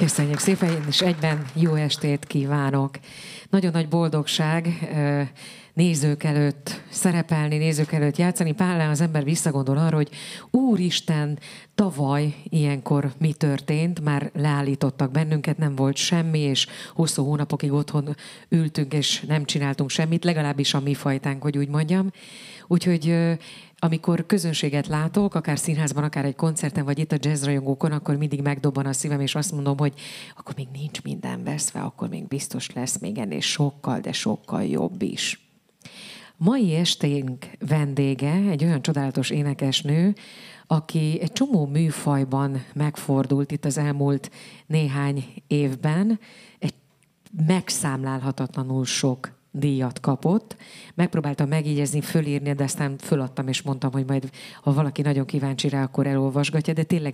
Köszönjük szépen, én is egyben jó estét kívánok. Nagyon nagy boldogság nézők előtt szerepelni, nézők előtt játszani. Pállán az ember visszagondol arra, hogy Úristen, tavaly ilyenkor mi történt, már leállítottak bennünket, nem volt semmi, és hosszú hónapokig otthon ültünk, és nem csináltunk semmit, legalábbis a mi fajtánk, hogy úgy mondjam. Úgyhogy amikor közönséget látok, akár színházban, akár egy koncerten, vagy itt a jazzrajongókon, akkor mindig megdobban a szívem, és azt mondom, hogy akkor még nincs minden veszve, akkor még biztos lesz még ennél sokkal, de sokkal jobb is. Mai esténk vendége egy olyan csodálatos énekesnő, aki egy csomó műfajban megfordult itt az elmúlt néhány évben, egy megszámlálhatatlanul sok díjat kapott. Megpróbáltam megígézni, fölírni, de aztán föladtam, és mondtam, hogy majd, ha valaki nagyon kíváncsi rá, akkor elolvasgatja, de tényleg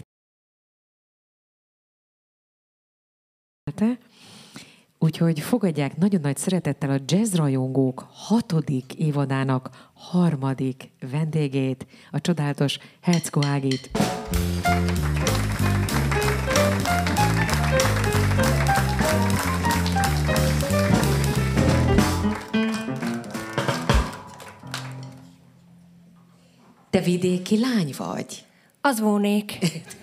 úgyhogy fogadják nagyon nagy szeretettel a Jazzrajongók 6. évadának 3. vendégét, a csodálatos Heczko Ágit. Te vidéki lány vagy? Az volnék.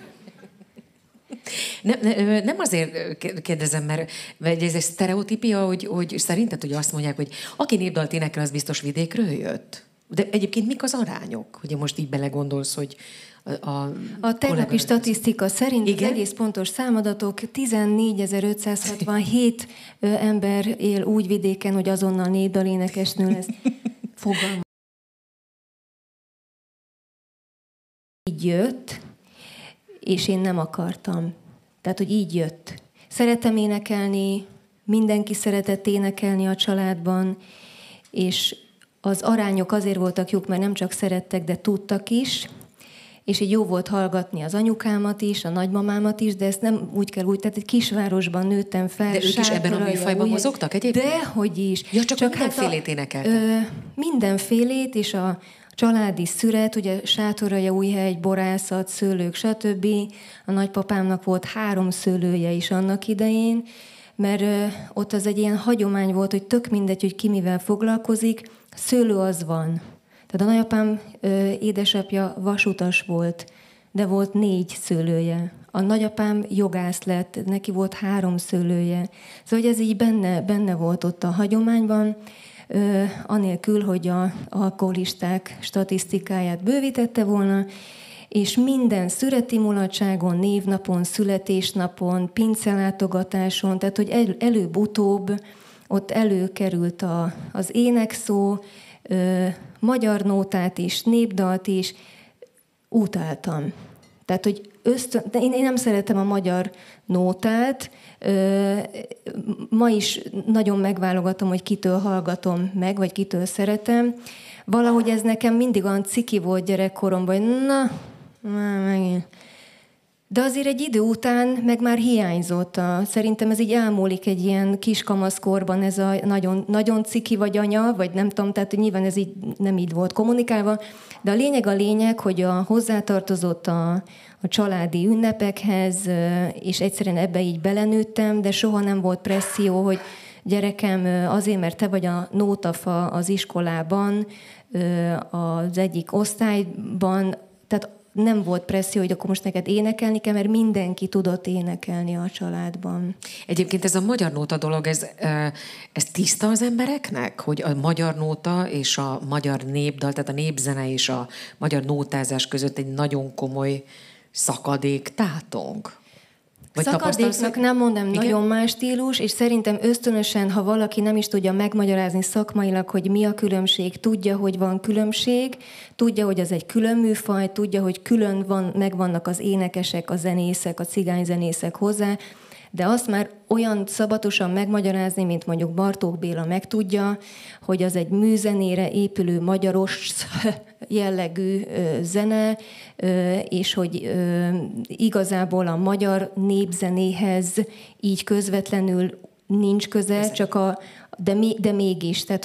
Nem azért kérdezem, mert ez egy sztereotípia, hogy szerinted, hogy azt mondják, hogy aki népdalt énekel, az biztos vidékről jött? De egyébként mik az arányok? Ugye most így belegondolsz, hogy a tegnapi statisztika szerint igen? Az egész pontos számadatok 14.567 ember él úgy vidéken, hogy azonnal népdal énekesnő lesz. Fogalmam. Így jött, és én nem akartam. Tehát, hogy így jött. Szeretem énekelni, mindenki szeretett énekelni a családban, és az arányok azért voltak jók, mert nem csak szerettek, de tudtak is, és így jó volt hallgatni az anyukámat is, a nagymamámat is, de ezt nem úgy kell úgy, tehát egy kisvárosban nőttem fel. De ők is ebben a műfajban mozogtak egyébként? Dehogy is. Ja, csak mindenfélét énekeltek. Mindenfélét, és a családi szüret, ugye Sátoraljaújhegy, borászat, szőlők, stb. A nagypapámnak volt 3 szőlője is annak idején, mert ott az egy ilyen hagyomány volt, hogy tök mindegy, hogy ki mivel foglalkozik, szőlő az van. Tehát a nagyapám édesapja vasutas volt, de volt 4 szőlője. A nagyapám jogász lett, neki volt 3 szőlője. Szóval ez így benne volt ott a hagyományban, anélkül, hogy az alkoholisták statisztikáját bővítette volna, és minden szüreti mulatságon, névnapon, születésnapon, pincelátogatáson, tehát hogy előbb-utóbb ott előkerült az énekszó, magyar nótát is, népdalt is, utáltam. Tehát, hogy én nem szeretem a magyar nótát, ma is nagyon megválogatom, hogy kitől hallgatom meg, vagy kitől szeretem. Valahogy ez nekem mindig olyan ciki volt gyerekkoromban, hogy megint. De azért egy idő után meg már hiányzott. Szerintem ez így elmúlik egy ilyen kiskamaszkorban, ez a nagyon, nagyon ciki vagy anya, vagy nem tudom, tehát nyilván ez így nem így volt kommunikálva. De a lényeg, hogy hozzátartozott a családi ünnepekhez, és egyszerűen ebbe így belenőttem, de soha nem volt presszió, hogy gyerekem, azért, mert te vagy a nótafa az iskolában, az egyik osztályban, tehát nem volt presszió, hogy akkor most neked énekelni kell, mert mindenki tudott énekelni a családban. Egyébként ez a magyar nóta dolog, ez tiszta az embereknek? Hogy a magyar nóta és a magyar népdal, tehát a népzene és a magyar nótázás között egy nagyon komoly szakadék tátong? Vagy szakadéknak nem mondom, igen? Nagyon más stílus, és szerintem ösztönösen, ha valaki nem is tudja megmagyarázni szakmailag, hogy mi a különbség, tudja, hogy van különbség, tudja, hogy az egy külön műfaj, tudja, hogy külön megvannak az énekesek, a zenészek, a cigányzenészek hozzá, de azt már olyan szabatosan megmagyarázni, mint mondjuk Bartók Béla megtudja, hogy az egy műzenére épülő magyaros jellegű zene, és hogy igazából a magyar népzenéhez így közvetlenül nincs köze, csak de mégis. Tehát,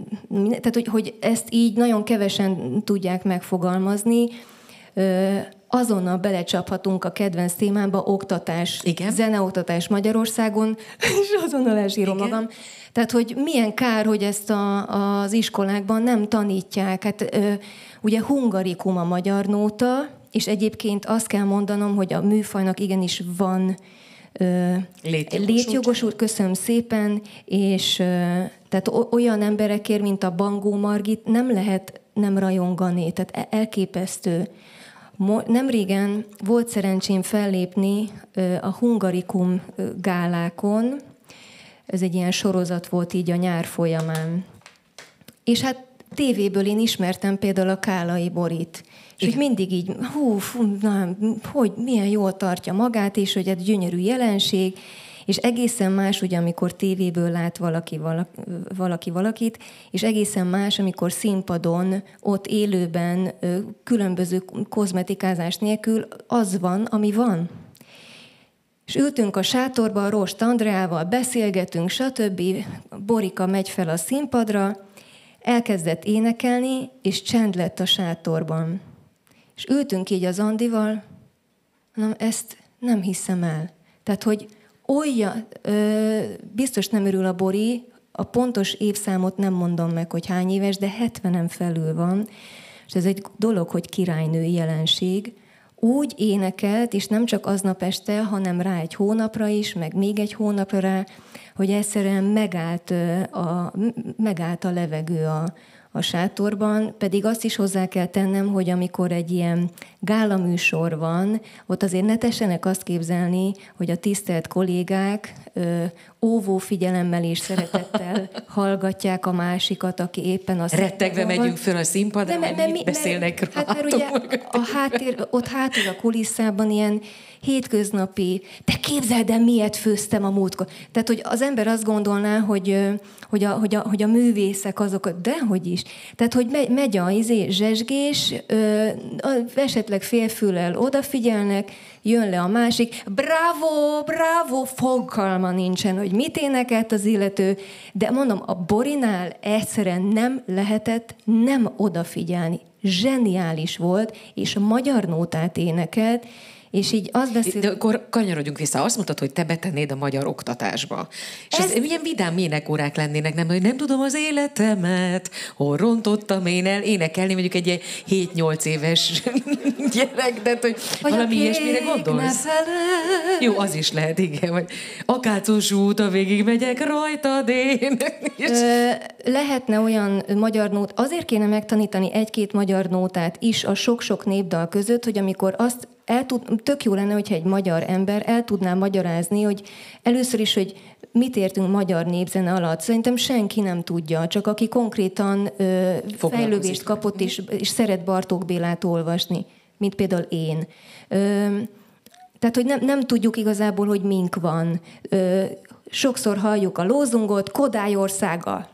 hogy ezt így nagyon kevesen tudják megfogalmazni. azonnal belecsaphatunk a kedvenc témába, oktatás, igen, zeneoktatás Magyarországon, és azonnal elsírom magam. Tehát, hogy milyen kár, hogy ezt az iskolákban nem tanítják. Hát ugye hungarikum a magyar nóta, és egyébként azt kell mondanom, hogy a műfajnak igenis van létjogosult, köszönöm szépen, és tehát olyan emberekért, mint a Bangó Margit nem lehet nem rajongani, tehát elképesztő. Nemrégen volt szerencsém fellépni a Hungarikum gálákon, ez egy ilyen sorozat volt így a nyár folyamán. És hát tévéből én ismertem például a Kálai Borit. És hogy mindig így, hogy milyen jól tartja magát, és hogy egy gyönyörű jelenség, és egészen más, ugye, amikor tévéből lát valaki valakit, és egészen más, amikor színpadon, ott élőben, különböző kozmetikázás nélkül az van, ami van. És ültünk a sátorba, Rost Andreával, beszélgetünk, stb. Borika megy fel a színpadra, elkezdett énekelni, és csend lett a sátorban. És ültünk így az Andival, mondom, ezt nem hiszem el. Tehát, hogy olyan, biztos nem örül a Bori, a pontos évszámot nem mondom meg, hogy hány éves, de 70-en felül van, és ez egy dolog, hogy királynői jelenség. Úgy énekelt, és nem csak aznap este, hanem rá egy hónapra is, meg még egy hónapra rá, hogy egyszerűen megállt a levegő a sátorban, pedig azt is hozzá kell tennem, hogy amikor egy ilyen gálaműsor van, ott azért ne tessenek azt képzelni, hogy a tisztelt kollégák óvó figyelemmel és szeretettel hallgatják a másikat, aki éppen azt... Rettegve megyünk föl a színpadra, mit beszélnek hát mert ugye ott hátul a kulisszában ilyen hétköznapi, te képzeld el, miért főztem a múltkor. Tehát, hogy az ember azt gondolná, hogy a művészek azok, dehogy is. Tehát, hogy megy a zsezsgés, esetleg félfüllel odafigyelnek, jön le a másik, bravo, fogalma nincsen, hogy mit énekelt az illető, de mondom, a Borinál egyszerűen nem lehetett nem odafigyelni. Zseniális volt, és a magyar nótát énekelt, és így azt beszél... De akkor kanyarodjunk vissza. Azt mondtad, hogy te betennéd a magyar oktatásba. És ez milyen vidám énekórák lennének, nem? Hogy nem tudom az életemet, hol rontottam én el énekelni, mondjuk egy 7-8 éves gyerek, de hogy valami ilyesmire gondolsz? Jó, az is lehet, igen. Vagy akácos út, a végig megyek rajtad én. Lehetne olyan magyar nót, azért kéne megtanítani egy-két magyar nótát is a sok-sok népdal között, hogy amikor azt tök jó lenne, hogyha egy magyar ember el tudná magyarázni, hogy először is, hogy mit értünk magyar népzene alatt. Szerintem senki nem tudja, csak aki konkrétan fejlődést kapott, és szeret Bartók Bélát olvasni, mint például én. Tehát, hogy nem tudjuk igazából, hogy mink van. Sokszor halljuk a lózungot, Kodály országa.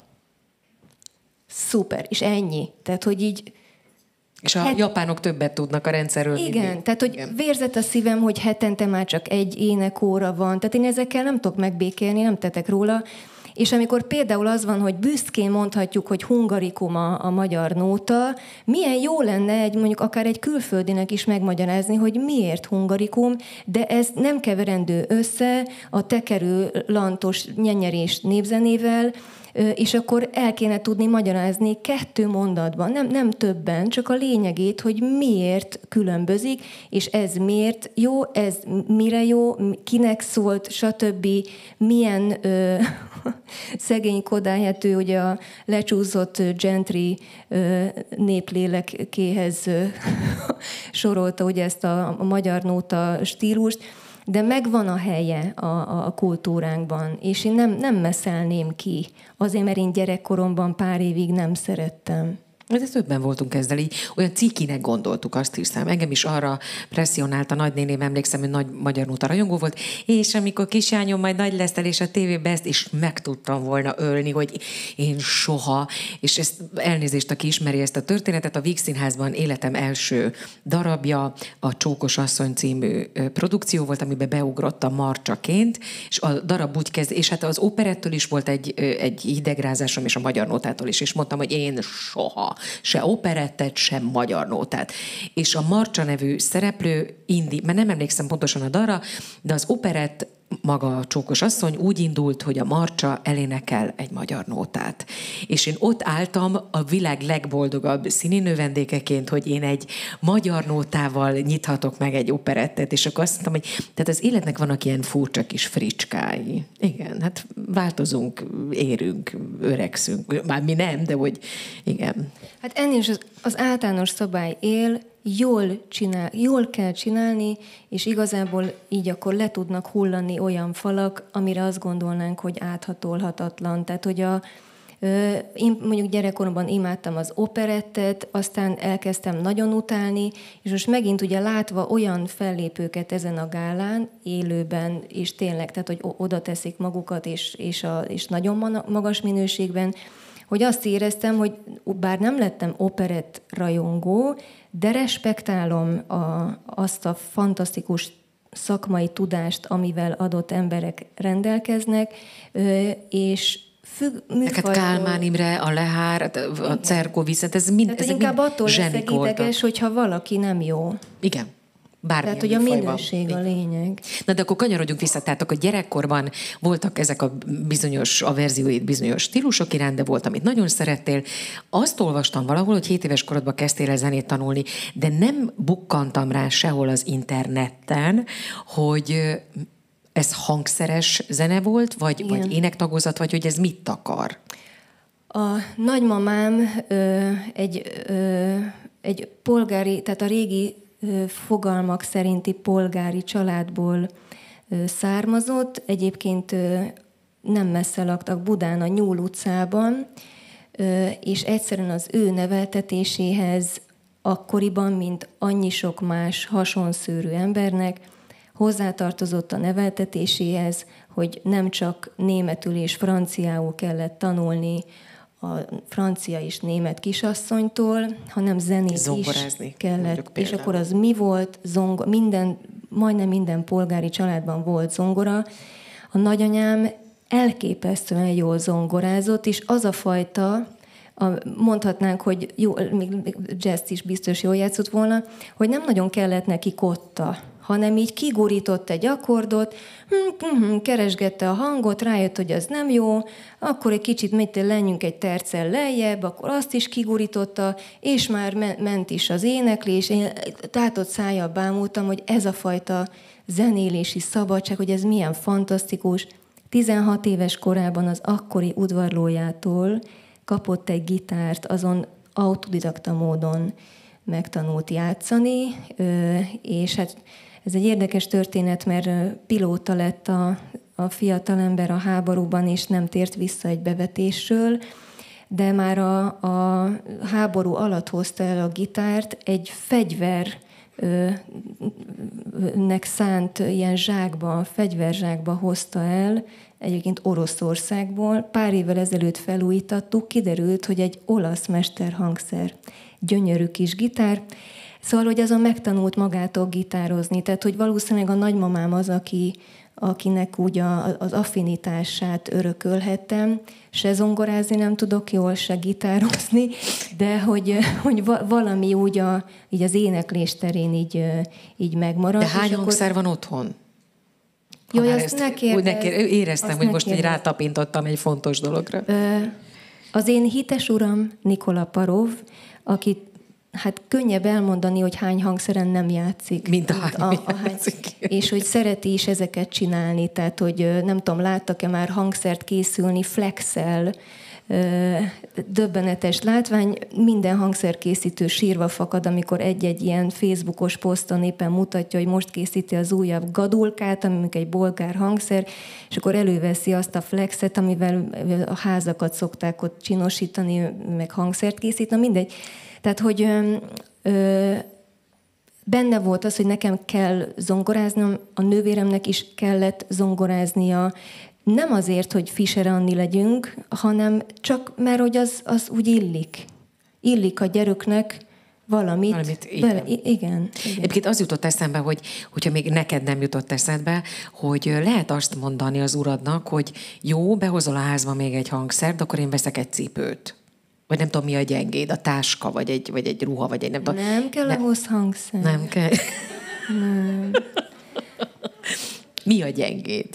Szuper, és ennyi. Tehát, hogy így... És a japánok többet tudnak a rendszerről. Igen, tehát hogy vérzett a szívem, hogy hetente már csak egy énekóra van. Tehát én ezekkel nem tudok megbékélni, nem tetek róla. És amikor például az van, hogy büszkén mondhatjuk, hogy hungarikum a magyar nóta, milyen jó lenne mondjuk akár egy külföldinek is megmagyarázni, hogy miért hungarikum, de ez nem keverendő össze a tekerő lantos nyenyerés népzenével, és akkor el kéne tudni magyarázni 2 mondatban, nem többen, csak a lényegét, hogy miért különbözik, és ez miért jó, ez mire jó, kinek szólt, stb. Milyen szegény Kodály, hát ő ugye a lecsúszott gentry néplélekéhez sorolta ugye ezt a magyar nóta stílust, de megvan a helye a kultúránkban, és én nem messzelném ki, azért, mert én gyerekkoromban pár évig nem szerettem. De többen voltunk ezzel, így olyan cikinek gondoltuk, azt hiszem. Engem is arra presszionált a nagynéném, emlékszem, hogy nagy magyar nóta rajongó volt, és amikor kislányom majd nagy leszel, és a tévében ezt is meg tudtam volna ölni, hogy én soha, és ezt elnézést, aki ismeri ezt a történetet, a Víg Színházban életem első darabja, a Csókos asszony című produkció volt, amiben beugrottam Marcsaként, és a darab úgy kezd, és hát az operettől is volt egy hidegrázásom, és a magyar nótától is, és mondtam, hogy én soha. Se operettet, sem magyar nótát. És a Marcsa nevű szereplő, mert nem emlékszem pontosan a dalra, de az operett maga a csókos asszony úgy indult, hogy a Marcsa elénekel egy magyar nótát. És én ott álltam a világ legboldogabb színinővendékeként, hogy én egy magyar nótával nyithatok meg egy operettet, és akkor azt mondtam, hogy tehát az életnek vannak ilyen furcsa kis fricskái. Igen, hát változunk, érünk, öregszünk. Már mi nem, de hogy igen. Hát ennél is az általános szabály él, jól kell csinálni, és igazából így akkor le tudnak hullani olyan falak, amire azt gondolnánk, hogy áthatolhatatlan. Tehát, hogy én mondjuk gyerekkoromban imádtam az operettet, aztán elkezdtem nagyon utálni, és most megint ugye látva olyan fellépőket ezen a gálán, élőben, és tényleg, tehát, hogy oda teszik magukat, és nagyon magas minőségben, hogy azt éreztem, hogy bár nem lettem operett rajongó, de respektálom azt a fantasztikus szakmai tudást, amivel adott emberek rendelkeznek, és neked Kálmán Imre, a Lehár, a Cerkovic, ez mind tehát, hogy inkább attól leszek ideges, hogyha valaki nem jó. Igen. Bármilyen tehát, hogy a minőség a lényeg. Na, de akkor kanyarodjunk vissza. Tehát akkor gyerekkorban voltak ezek a bizonyos averzióid, bizonyos stílusok iránt, de volt, amit nagyon szerettél. Azt olvastam valahol, hogy 7 éves korodban kezdtél el zenét tanulni, de nem bukkantam rá sehol az interneten, hogy ez hangszeres zene volt, vagy énektagozat, vagy hogy ez mit akar? A nagymamám egy polgári, tehát a régi fogalmak szerinti polgári családból származott. Egyébként nem messze laktak Budán, a Nyúl utcában, és egyszerűen az ő neveltetéséhez akkoriban, mint annyi sok más hasonszőrű embernek, hozzátartozott a neveltetéséhez, hogy nem csak németül és franciául kellett tanulni a francia és német kisasszonytól, hanem zenét zongorázni is kellett. És akkor az mi volt? Majdnem minden polgári családban volt zongora. A nagyanyám elképesztően jól zongorázott, és az a fajta, mondhatnánk, hogy jó, még jazz is biztos jól játszott volna, hogy nem nagyon kellett neki kotta, hanem így kigurított egy akkordot, keresgette a hangot, rájött, hogy az nem jó, akkor egy kicsit lenjünk egy terccel lejjebb, akkor azt is kigurította, és már ment is az éneklés. Én tátott szájjal bámultam, hogy ez a fajta zenélési szabadság, hogy ez milyen fantasztikus. 16 éves korában az akkori udvarlójától kapott egy gitárt, azon autodidakta módon megtanult játszani, és hát ez egy érdekes történet, mert pilóta lett a fiatalember a háborúban, és nem tért vissza egy bevetésről, de már a háború alatt hozta el a gitárt, egy fegyvernek szánt ilyen zsákba, fegyverzsákba hozta el, egyébként Oroszországból. Pár évvel ezelőtt felújítottuk, kiderült, hogy egy olasz mesterhangszer, gyönyörű kis gitár. Szóval, hogy azon megtanult magától gitározni. Tehát, hogy valószínűleg a nagymamám az, akinek úgy az affinitását örökölhettem. Se zongorázni nem tudok jól, se gitározni, de hogy valami úgy így az éneklés terén így megmarad. De hány hangszer van otthon? Jó, azt ne kérdezz. Éreztem, hogy most így rátapintottam egy fontos dologra. Az én hites uram, Nikola Parov, akit hát könnyebb elmondani, hogy hány hangszeren nem játszik. Mint a hány játszik. És hogy szereti is ezeket csinálni. Tehát, hogy nem tudom, láttak-e már hangszert készülni flexel, döbbenetes látvány, minden hangszerkészítő sírva fakad, amikor egy-egy ilyen Facebookos poszton éppen mutatja, hogy most készíti az újabb gadulkát, ami egy bolgár hangszer, és akkor előveszi azt a flexet, amivel a házakat szokták ott csinosítani, meg hangszert készíteni, mindegy. Tehát, hogy benne volt az, hogy nekem kell zongoráznom, a nővéremnek is kellett zongoráznia, nem azért, hogy Fischer Anni legyünk, hanem csak mert, hogy az úgy illik. Illik a gyeröknek valamit igen. Egyébként az jutott eszembe, hogyha még neked nem jutott eszedbe, hogy lehet azt mondani az uradnak, hogy jó, behozol a házba még egy hangszert, akkor én veszek egy cipőt. Vagy nem tudom, mi a gyengéd, a táska, vagy egy ruha, vagy egy nem tudom. Nem kell ahhoz hangszer. Nem kell. Nem. Mi a gyengéd?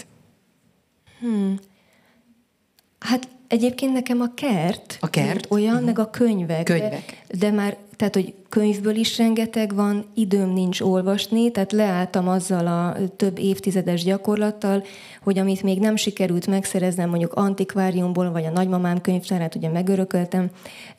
Hát egyébként nekem a kert. A kert? Olyan, meg a könyvek. Könyvek. De már, tehát, hogy könyvből is rengeteg van, időm nincs olvasni, tehát leálltam azzal a több évtizedes gyakorlattal, hogy amit még nem sikerült megszereznem, mondjuk antikváriumból, vagy a nagymamám könyvtárát ugye megörököltem,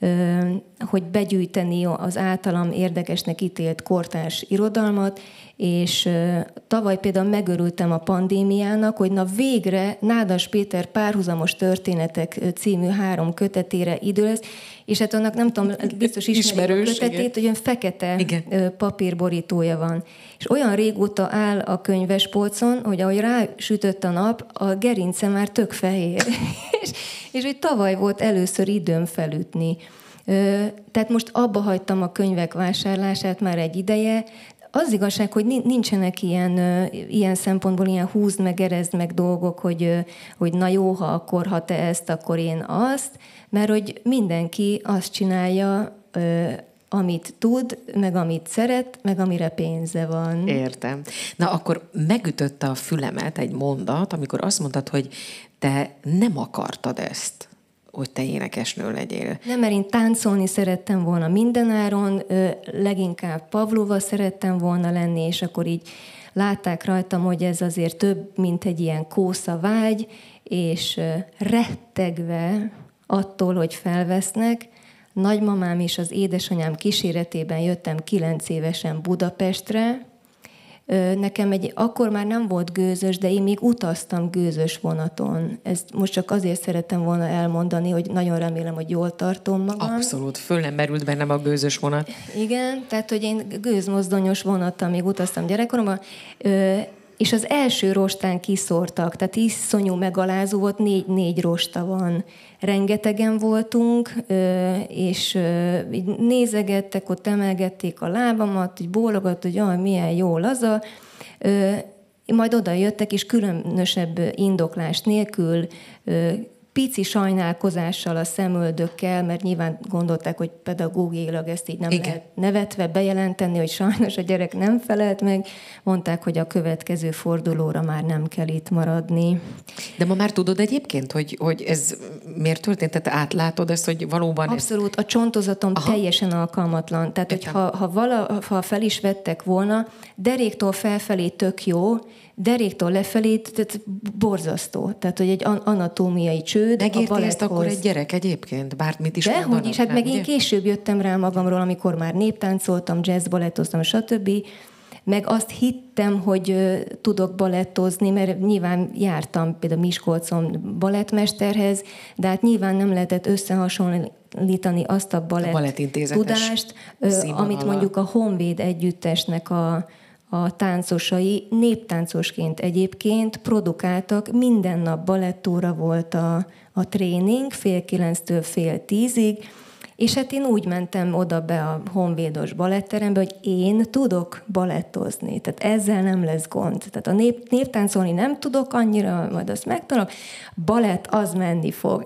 hogy begyűjteni az általam érdekesnek ítélt kortárs irodalmat, és tavaly például megörültem a pandémiának, hogy na végre Nádas Péter Párhuzamos történetek című 3 kötetére idő lesz, és hát annak nem tudom, biztos ismeri a kötetét, hogy olyan fekete papírborítója van. És olyan régóta áll a könyvespolcon, hogy ahogy rásütött a nap, a gerince már tök fehér. és hogy tavaly volt először időm felütni. Tehát most abba hagytam a könyvek vásárlását már egy ideje. Az igazság, hogy nincsenek ilyen szempontból ilyen húzd meg, erezd meg dolgok, hogy na jó, ha te ezt, akkor én azt, mert hogy mindenki azt csinálja, amit tud, meg amit szeret, meg amire pénze van. Értem. Na akkor megütötte a fülemet egy mondat, amikor azt mondtad, hogy te nem akartad ezt, hogy te énekesnő legyél. Nem, mert én táncolni szerettem volna mindenáron, leginkább Pavlova szerettem volna lenni, és akkor így látták rajtam, hogy ez azért több, mint egy ilyen kósza vágy, és rettegve attól, hogy felvesznek, nagymamám és az édesanyám kíséretében jöttem 9 évesen Budapestre. Nekem akkor már nem volt gőzös, de én még utaztam gőzös vonaton. Ezt most csak azért szerettem volna elmondani, hogy nagyon remélem, hogy jól tartom magam. Abszolút, föl nem merült bennem a gőzös vonat. Igen, tehát, hogy én gőzmozdonyos vonattal még utaztam gyerekkoromban, és az első rostán kiszórtak, tehát iszonyú megalázó volt, 4 rosta van. Rengetegen voltunk, és így nézegettek, ott emelgették a lábamat, így bólogat, hogy jaj, milyen jó laza. Majd oda jöttek, és különösebb indoklás nélkül, pici sajnálkozással a szemöldökkel, mert nyilván gondolták, hogy pedagógiailag ezt így nem lehet nevetve bejelenteni, hogy sajnos a gyerek nem felelt meg. Mondták, hogy a következő fordulóra már nem kell itt maradni. De ma már tudod egyébként, hogy ez miért történt? Tehát átlátod ezt, hogy valóban... Abszolút, a csontozatom teljesen alkalmatlan. Tehát, hogy ha fel is vettek volna, deréktől felfelé tök jó, deréktől lefelé, tehát borzasztó. Tehát, hogy egy anatómiai csőd. Megérti ezt akkor egy gyerek egyébként? Bármit is mondanak. Dehogy is, hát meg én később jöttem rá magamról, amikor már néptáncoltam, jazzbalettoztam, stb. Meg azt hittem, hogy tudok balettozni, mert nyilván jártam például Miskolcon balettmesterhez, de hát nyilván nem lehetett összehasonlítani azt a balett tudást, amit mondjuk a Honvéd együttesnek a táncosai néptáncosként egyébként produkáltak, minden nap balettóra volt a tréning, 8:30-től 9:30-ig, és hát én úgy mentem oda be a honvédos baletterembe, hogy én tudok balettozni, tehát ezzel nem lesz gond. Tehát a néptáncolni nem tudok annyira, majd azt megtanulok, balett az menni fog.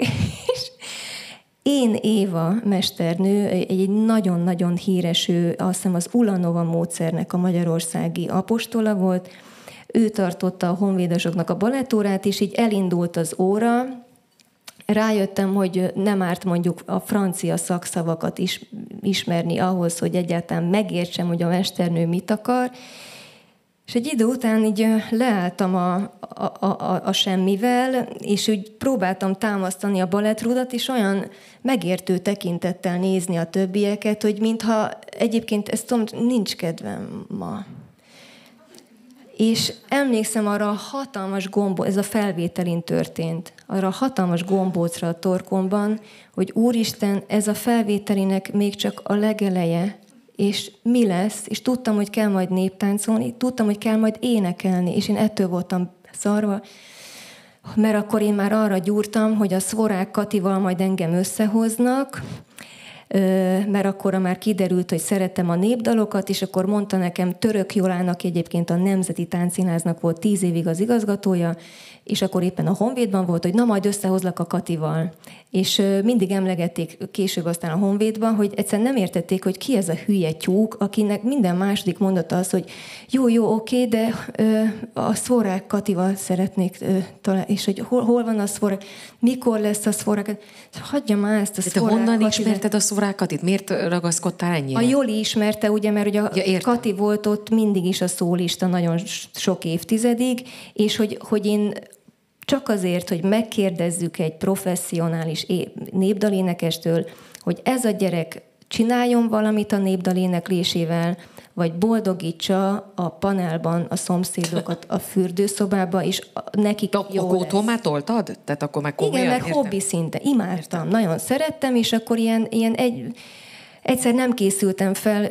Én Éva mesternő, egy nagyon-nagyon híres, azt hiszem az Ulanova módszernek a magyarországi apostola volt, ő tartotta a honvédosoknak a balettórát, és így elindult az óra. Rájöttem, hogy nem árt mondjuk a francia szakszavakat ismerni ahhoz, hogy egyáltalán megértsem, hogy a mesternő mit akar. És egy idő után így leálltam a semmivel, és úgy próbáltam támasztani a balettrudat, és olyan megértő tekintettel nézni a többieket, hogy mintha egyébként ezt tudom, nincs kedvem ma. És emlékszem arra a hatalmas gombóc, ez a felvételin történt, arra a hatalmas gombócra a torkomban, hogy úristen, ez a felvételinek még csak a legeleje, és mi lesz, és tudtam, hogy kell majd néptáncolni, tudtam, hogy kell majd énekelni, és én ettől voltam szarva, mert akkor én már arra gyúrtam, hogy a Szvorák Katival majd engem összehoznak, mert akkor már kiderült, hogy szeretem a népdalokat, és akkor mondta nekem Török Jolának, egyébként a Nemzeti Táncszínháznak volt 10 évig az igazgatója, és akkor éppen a Honvédban volt, hogy na majd összehozlak a Katival. És mindig emlegették később aztán a Honvédban, hogy egyszerűen nem értették, hogy ki ez a hülye tyúk, akinek minden második mondata az, hogy jó, oké, de a Szvorák Katival szeretnék találni, és hogy hol van a Szvorák, mikor lesz a Szvorák. Hagyja már ezt a Szvorák Katit. Honnan Katit. ismerted a Szvorák Katit? Miért ragaszkodtál ennyire? A Joli ismerte, ugye, mert ugye a Kati volt ott mindig is a szólista nagyon sok évtizedig, és hogy én csak azért, hogy megkérdezzük egy professzionális népdalénekestől, hogy ez a gyerek csináljon valamit a népdaléneklésével, vagy boldogítsa a panelban a szomszédokat a fürdőszobába, és nekik jó lesz. Akkor már toltad? Tehát akkor már komolyan? Igen, mert hobbi szinte. Imádtam, nagyon szerettem, és akkor egyszer nem készültem fel...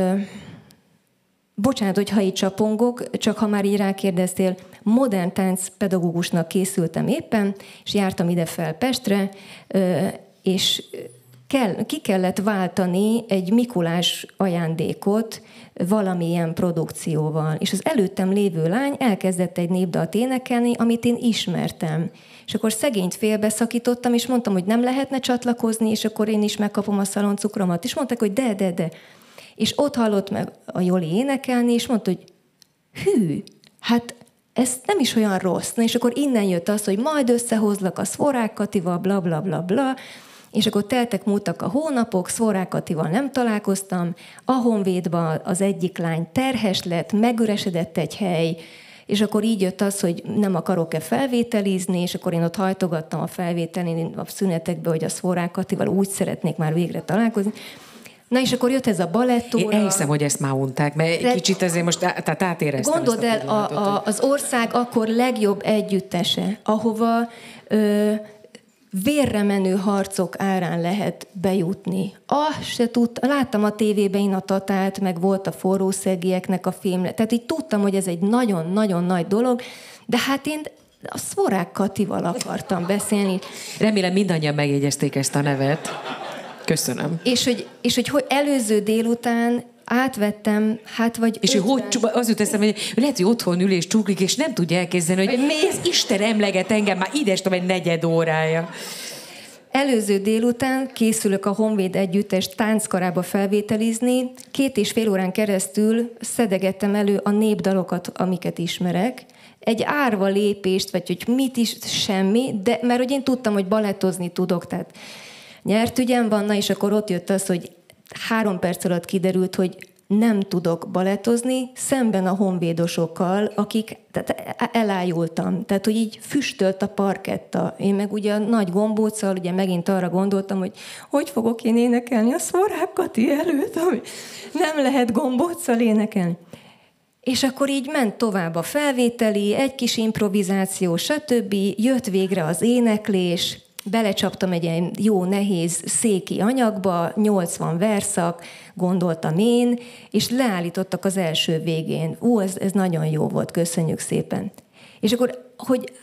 Bocsánat, hogy ha így csapongok, csak ha már így rákérdeztél, modern táncpedagógusnak készültem éppen, és jártam ide fel Pestre, és ki kellett váltani egy Mikulás ajándékot valamilyen produkcióval. És az előttem lévő lány elkezdett egy népdalt énekelni, amit én ismertem. És akkor szegényt félbeszakítottam, és mondtam, hogy nem lehetne csatlakozni, és akkor én is megkapom a szaloncukromat. És mondták, hogy de. És ott hallott meg a Joli énekelni, és mondta, hogy hű, hát ez nem is olyan rossz. Na, és akkor innen jött az, hogy majd összehozlak a Szvorák Katival, bla, bla, bla, bla. És akkor múltak a hónapok, Szvorák Katival nem találkoztam, a Honvédban az egyik lány terhes lett, megüresedett egy hely, és akkor így jött az, hogy nem akarok-e felvételizni, és akkor én ott hajtogattam a felvételén a szünetekbe, hogy a Szvorák Katival úgy szeretnék már végre találkozni. Na és akkor jött ez a balettóra. Én elhiszem, hogy ezt már unták, mert kicsit ezért most átéreztem. Gondold el, az ország akkor legjobb együttese, ahova vérre menő harcok árán lehet bejutni. Se tudtam, láttam a tévében én a Tatát, meg volt a Forrószegieknek a film. Tehát így tudtam, hogy ez egy nagyon-nagyon nagy dolog, de hát én a Szvorák Katival akartam beszélni. Remélem mindannyian megjegyezték ezt a nevet. Köszönöm. És hogy előző délután átvettem, és hogy az jut eszembe, hogy lehet, hogy otthon ül és csuklik, és nem tudja elképzelni, hogy ez Isten emleget engem, már idestem egy 4 órája. Előző délután készülök a Honvéd együttes tánckarába felvételizni. 2,5 órán keresztül szedegettem elő a népdalokat, amiket ismerek. Egy árva lépést, vagy hogy mit is, semmi, de mert hogy én tudtam, hogy balettozni tudok, tehát nyert ügyem van, na és akkor ott jött az, hogy 3 perc alatt kiderült, hogy nem tudok balettozni, szemben a honvédosokkal, akik, tehát elájultam. Tehát, hogy így füstölt a parketta. Én meg ugye a nagy gombóccal, ugye megint arra gondoltam, hogy fogok én énekelni a Szvorák Kati előtt, ami nem lehet gombóccal énekelni. És akkor így ment tovább a felvételi, egy kis improvizáció, stb. Jött végre az éneklés, belecsaptam egy ilyen jó, nehéz széki anyagba, 80 verszak, gondoltam én, és leállítottak az első végén. Ez nagyon jó volt, köszönjük szépen. És akkor,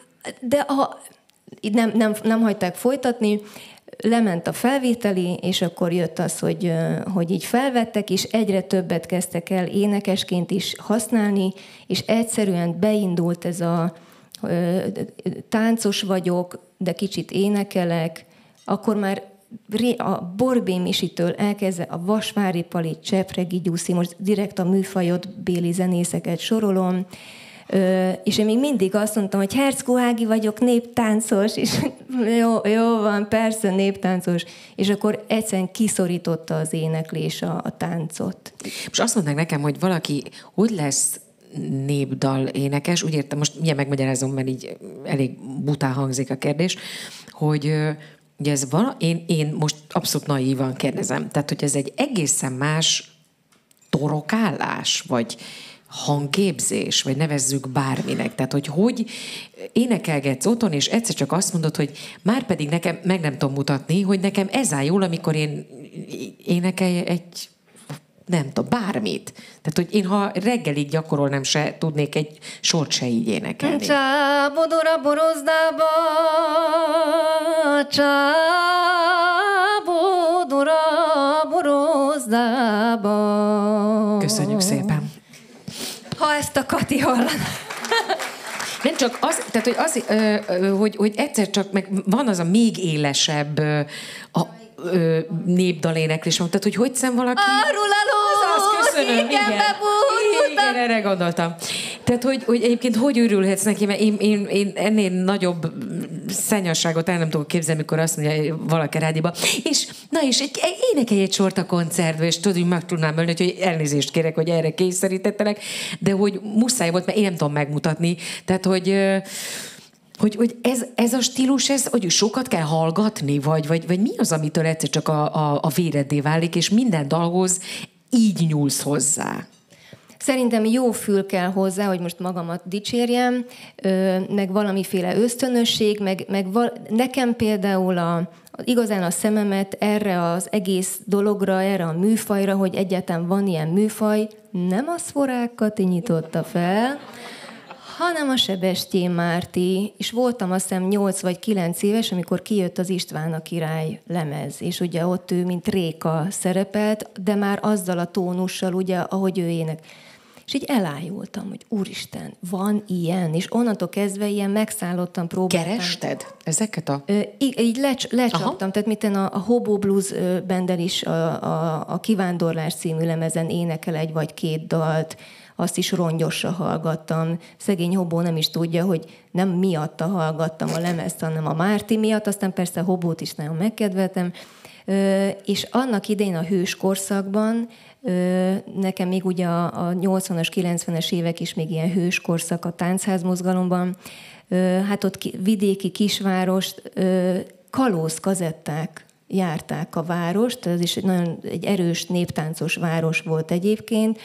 nem hagyták folytatni, lement a felvételi, és akkor jött az, hogy így felvettek, és egyre többet kezdtek el énekesként is használni, és egyszerűen beindult ez a táncos vagyok, de kicsit énekelek, akkor már a Borbé Misitől elkezdve a Vasvári Pali, Csepregi Gyuszi, most direkt a műfajot béli zenészeket sorolom, és én még mindig azt mondtam, hogy Herczkó Ági vagyok, néptáncos, és jó van, persze néptáncos, és akkor egyszerűen kiszorította az éneklés a táncot. Most azt mondták nekem, hogy valaki hogy lesz népdal énekes, úgy értem, most milyen megmagyarázom, mert így elég bután hangzik a kérdés, hogy ugye ez én most abszolút naívan kérdezem, tehát hogy ez egy egészen más torokállás, vagy hangképzés, vagy nevezzük bárminek. Tehát, hogy énekelgetsz otthon, és egyszer csak azt mondod, hogy már pedig nekem, meg nem tudom mutatni, hogy nekem ez áll jól, amikor én énekelj egy, nem tudom, bármit. Tehát, hogy én ha reggelig gyakorolnám se, tudnék egy sort se így énekelni. Csábodora borozdába, csábodora borozdába. Köszönjük szépen. Ha ezt a Kati hallaná. Nem csak az, tehát hogy egyszer csak meg van az a még élesebb népdaléneklés, tehát hogy szem valaki... Köszönöm, igen, erre gondoltam. Tehát, hogy egyébként hogy örülhetsz neki, mert én ennél nagyobb szennyasságot el nem tudok képzelni, mikor azt mondja valaki rádióban, és énekelj egy sort a koncertbe, és tudod, hogy meg tudnám ölni, hogy elnézést kérek, hogy erre kényszerítettelek, de hogy muszáj volt, mert én nem tudom megmutatni. Tehát, hogy ez a stílus, hogy sokat kell hallgatni, vagy mi az, amitől egyszer csak a véreddé válik, és minden dalhoz így nyúlsz hozzá? Szerintem jó fül kell hozzá, hogy most magamat dicsérjem, meg valamiféle ösztönösség, nekem például igazán a szememet erre az egész dologra, erre a műfajra, hogy egyáltalán van ilyen műfaj, nem a Szvorák Kati nyitotta fel, hanem a Sebestyén Márti, és voltam azt hiszem 8 vagy 9 éves, amikor kijött az István a király lemez, és ugye ott ő, mint Réka szerepelt, de már azzal a tónussal, ugye, ahogy ő ének. És így elájultam, hogy úristen, van ilyen, és onnantól kezdve ilyen megszállottan próbáltam. Kerested ezeket a... Így lecsaptam, tehát miten a Hobo Blues Bandel is a Kivándorlás című lemezen énekel egy vagy két dalt, azt is rongyosra hallgattam. Szegény Hobó nem is tudja, hogy nem miatta hallgattam a lemezt, hanem a Márti miatt, aztán persze a Hobót is nagyon megkedveltem. És annak idején a hős korszakban, nekem még ugye a 80-as, 90-es évek is még ilyen hős korszak a táncházmozgalomban, hát ott vidéki kisvárost, kalózkazetták járták a várost, ez is egy erős néptáncos város volt egyébként,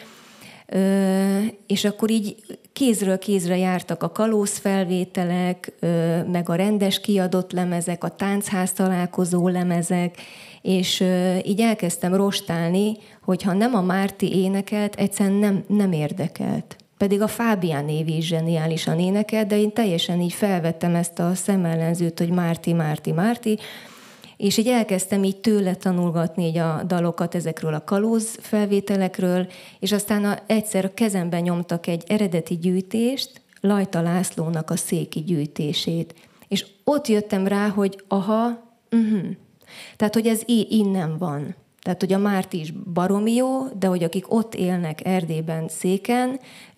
és akkor így kézről kézre jártak a kalózfelvételek, meg a rendes kiadott lemezek, a táncház találkozó lemezek, és így elkezdtem rostálni, hogyha nem a Márti énekelt, egyszerűen nem érdekelt. Pedig a Fábián Évi is zseniálisan énekelt, de én teljesen így felvettem ezt a szemellenzőt, hogy Márti, Márti, Márti, és így elkezdtem így tőle tanulgatni így a dalokat ezekről a kalóz felvételekről, és aztán egyszer a kezemben nyomtak egy eredeti gyűjtést, Lajta Lászlónak a Széki gyűjtését. És ott jöttem rá, hogy tehát, hogy ez innen van. Tehát, hogy a Márti is baromi jó, de hogy akik ott élnek Erdélyben, Széken,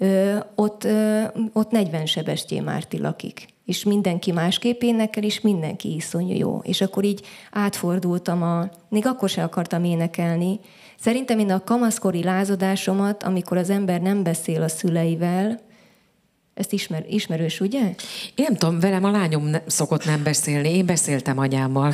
ott 40 Sebestyén Márti lakik. És mindenki másképp énekel, és mindenki iszonyú jó. És akkor így átfordultam még akkor sem akartam énekelni. Szerintem én a kamaszkori lázadásomat, amikor az ember nem beszél a szüleivel, ezt ismerős, ugye? Én nem tudom, velem a lányom szokott nem beszélni, én beszéltem anyámmal.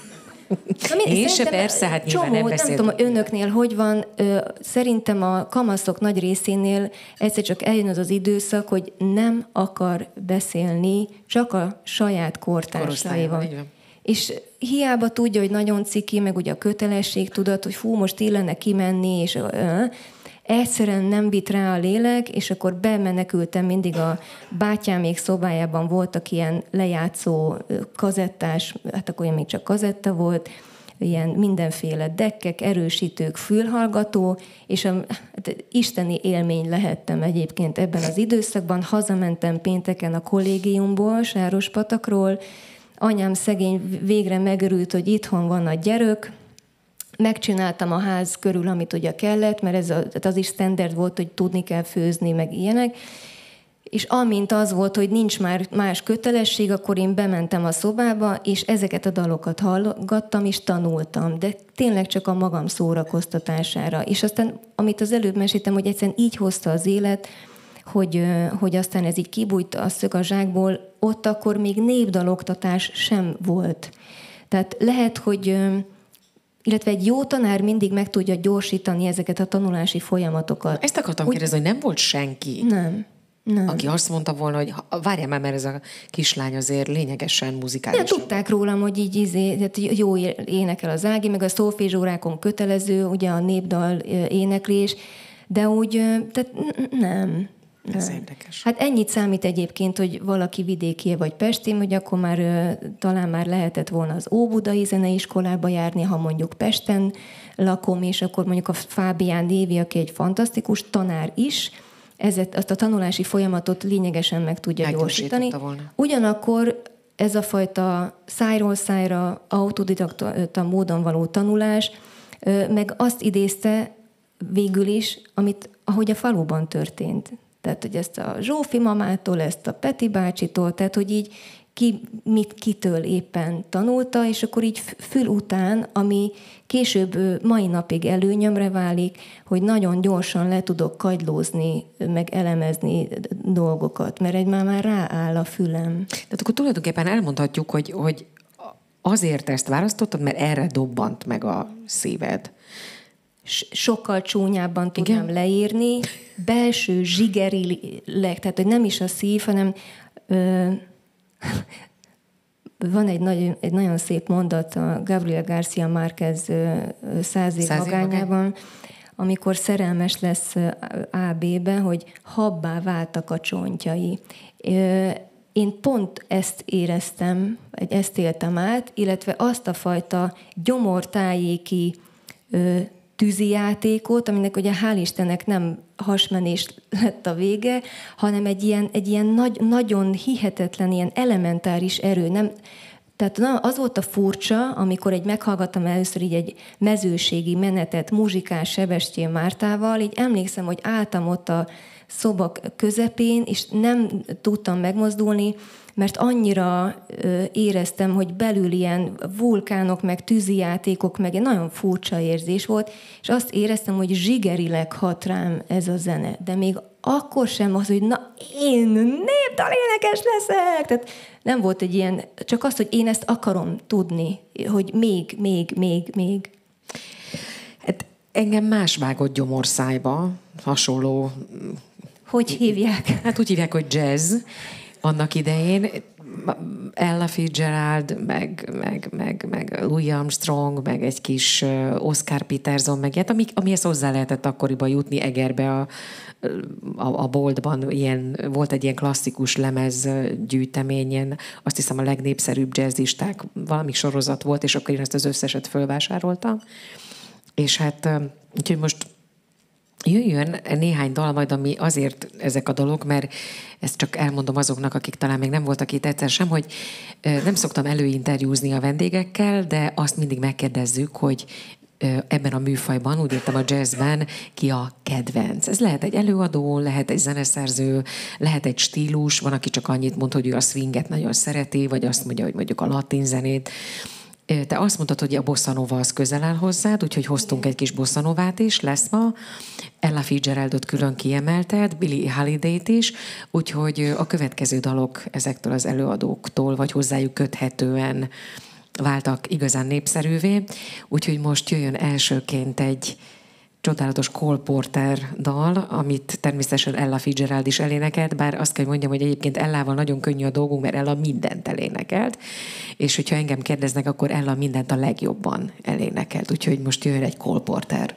Én se persze, hát nyilván nem beszéltem. Nem tudom, önöknél hogy van, szerintem a kamaszok nagy részénél egyszer csak eljön az időszak, hogy nem akar beszélni, csak a saját kortársaival. És hiába tudja, hogy nagyon ciki, meg ugye a kötelességtudat, hogy most illene kimenni, és egyszerűen nem vitt rá a lélek, és akkor bemenekültem mindig a bátyámék szobájában voltak ilyen lejátszó kazettás, hát akkor még csak kazetta volt, ilyen mindenféle dekkek, erősítők, fülhallgató, és hát isteni élmény lehettem egyébként ebben az időszakban. Hazamentem pénteken a kollégiumból, Sárospatakról, anyám szegény végre megörült, hogy itthon van a gyerek, megcsináltam a ház körül, amit ugye kellett, mert az is standard volt, hogy tudni kell főzni, meg ilyenek. És amint az volt, hogy nincs már más kötelesség, akkor én bementem a szobába, és ezeket a dalokat hallgattam, és tanultam, de tényleg csak a magam szórakoztatására. És aztán, amit az előbb meséltem, hogy egyszerűen így hozta az élet, hogy aztán ez így kibújt a szög a zsákból, ott akkor még népdaloktatás sem volt. Tehát lehet, hogy illetve egy jó tanár mindig meg tudja gyorsítani ezeket a tanulási folyamatokat. Ezt akartam kérdezni, hogy nem volt senki, nem. Aki azt mondta volna, hogy várjál már, mert ez a kislány azért lényegesen muzikális. Tudták rólam, hogy így jó énekel az Ági, meg a szólfézsórákon kötelező, ugye a népdal éneklés, de úgy, tehát nem. Ez érdekes. Hát ennyit számít egyébként, hogy valaki vidéki vagy pesti, hogy akkor már talán már lehetett volna az Óbudai Zeneiskolába járni, ha mondjuk Pesten lakom, és akkor mondjuk a Fábián Évi, aki egy fantasztikus tanár is, azt a tanulási folyamatot lényegesen meg tudja gyorsítani. Ugyanakkor ez a fajta szájról szájra, autodidakta módon való tanulás, meg azt idézte végül is, ahogy a faluban történt. Tehát, hogy ezt a Zsófi mamától, ezt a Peti bácsitól, tehát, hogy így kitől éppen tanulta, és akkor így fül után, ami később mai napig előnyömre válik, hogy nagyon gyorsan le tudok kagylózni, meg elemezni dolgokat, mert már rááll a fülem. Tehát akkor tulajdonképpen elmondhatjuk, hogy azért ezt választottad, mert erre dobbant meg a szíved. Sokkal csúnyábban tudnám leírni, belső zsigerileg, tehát hogy nem is a szív, hanem van egy nagyon szép mondat a Gabriel García Márquez 100 év magányában, amikor szerelmes lesz AB-be, hogy habbá váltak a csontjai. Én pont ezt éreztem, ezt éltem át, illetve azt a fajta gyomortájéki tűzijátékot, aminek ugye hál' Istennek nem hasmenés lett a vége, hanem egy ilyen nagyon hihetetlen, ilyen elementáris erő. Tehát az volt a furcsa, amikor meghallgattam először így egy mezőségi menetet Muzsikás Sebestyén Mártával, így emlékszem, hogy álltam ott a szoba közepén, és nem tudtam megmozdulni, mert annyira éreztem, hogy belül ilyen vulkánok, meg tűzijátékok, meg egy nagyon furcsa érzés volt, és azt éreztem, hogy zsigerileg hat rám ez a zene. De még akkor sem az, hogy na, én népdalénekes leszek! Tehát nem volt egy ilyen, csak az, hogy én ezt akarom tudni, hogy még. Hát engem más vágott gyomorszájba, hasonló. Hogy hívják? Hát úgy hívják, hogy jazz. Annak idején Ella Fitzgerald, meg Louis Armstrong, meg egy kis Oscar Peterson, meg ilyet, amihez hozzá lehetett akkoriban jutni Egerbe a boltban. Volt egy ilyen klasszikus lemezgyűjtemény, ilyen, azt hiszem a legnépszerűbb jazzisták, valami sorozat volt, és akkor én ezt az összeset fölvásároltam. És hát, úgyhogy most jöjjön néhány dal majd, ami azért ezek a dolog, mert ezt csak elmondom azoknak, akik talán még nem voltak itt egyszer sem, hogy nem szoktam előinterjúzni a vendégekkel, de azt mindig megkérdezzük, hogy ebben a műfajban, úgy értem a jazzben, ki a kedvenc. Ez lehet egy előadó, lehet egy zeneszerző, lehet egy stílus, van, aki csak annyit mond, hogy ő a swinget nagyon szereti, vagy azt mondja, hogy mondjuk a latin zenét. Te azt mondtad, hogy a bossa nova az közel áll hozzád, úgyhogy hoztunk egy kis bossa novát is, lesz ma. Ella Fitzgeraldot külön kiemelted, Billie Holiday-t is, úgyhogy a következő dalok ezektől az előadóktól, vagy hozzájuk köthetően váltak igazán népszerűvé. Úgyhogy most jöjjön elsőként egy csodálatos Cole Porter dal, amit természetesen Ella Fitzgerald is elénekelt, bár azt kell mondjam, hogy egyébként Ellával nagyon könnyű a dolgunk, mert Ella mindent elénekelt, és hogyha engem kérdeznek, akkor Ella mindent a legjobban elénekelt. Úgyhogy most jöjjön egy Cole Porter.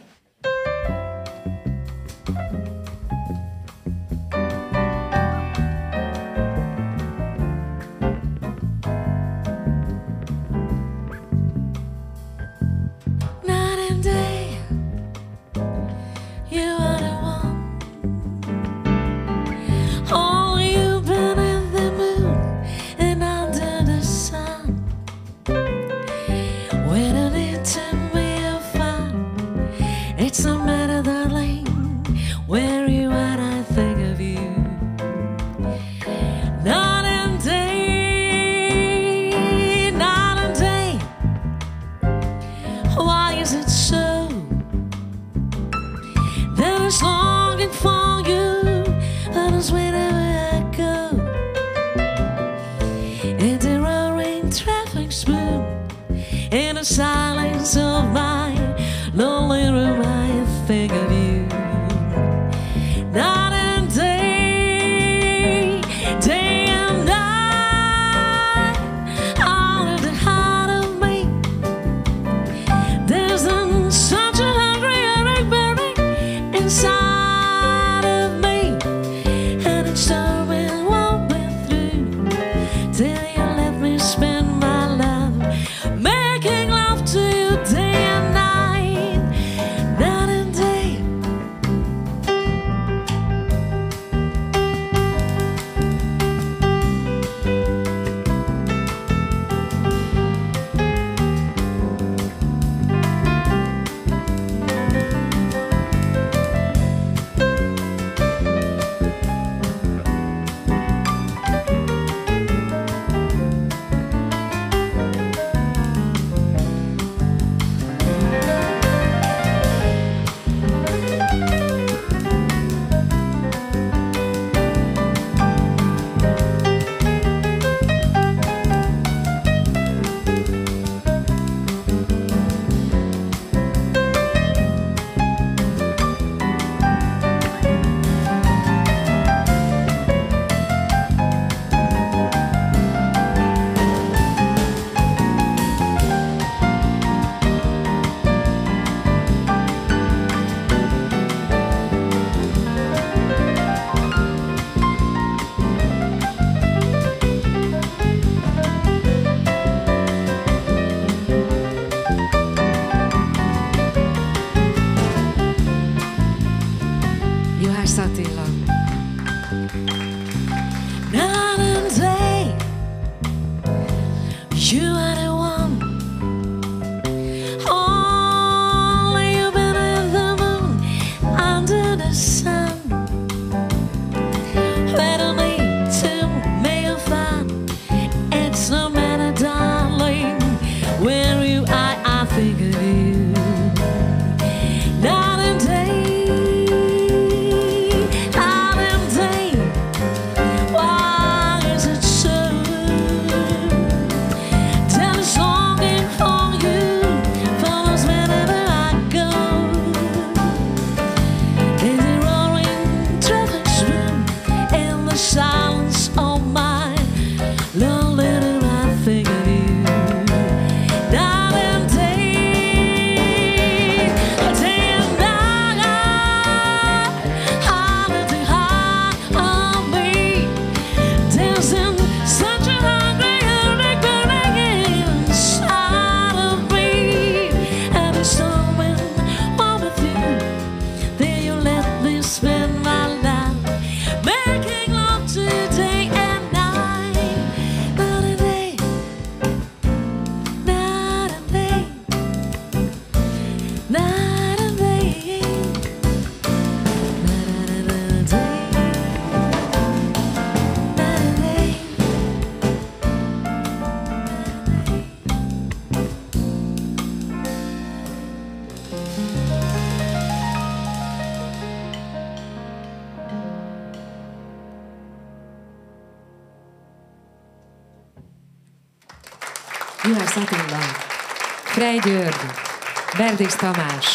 Juhász Attila, Frey György, Berdész Tamás,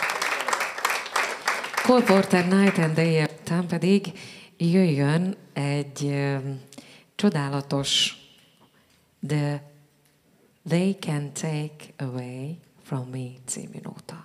Cole Porter Night and Day, után pedig jöjjön egy csodálatos They Can Take Away From Me című nóta.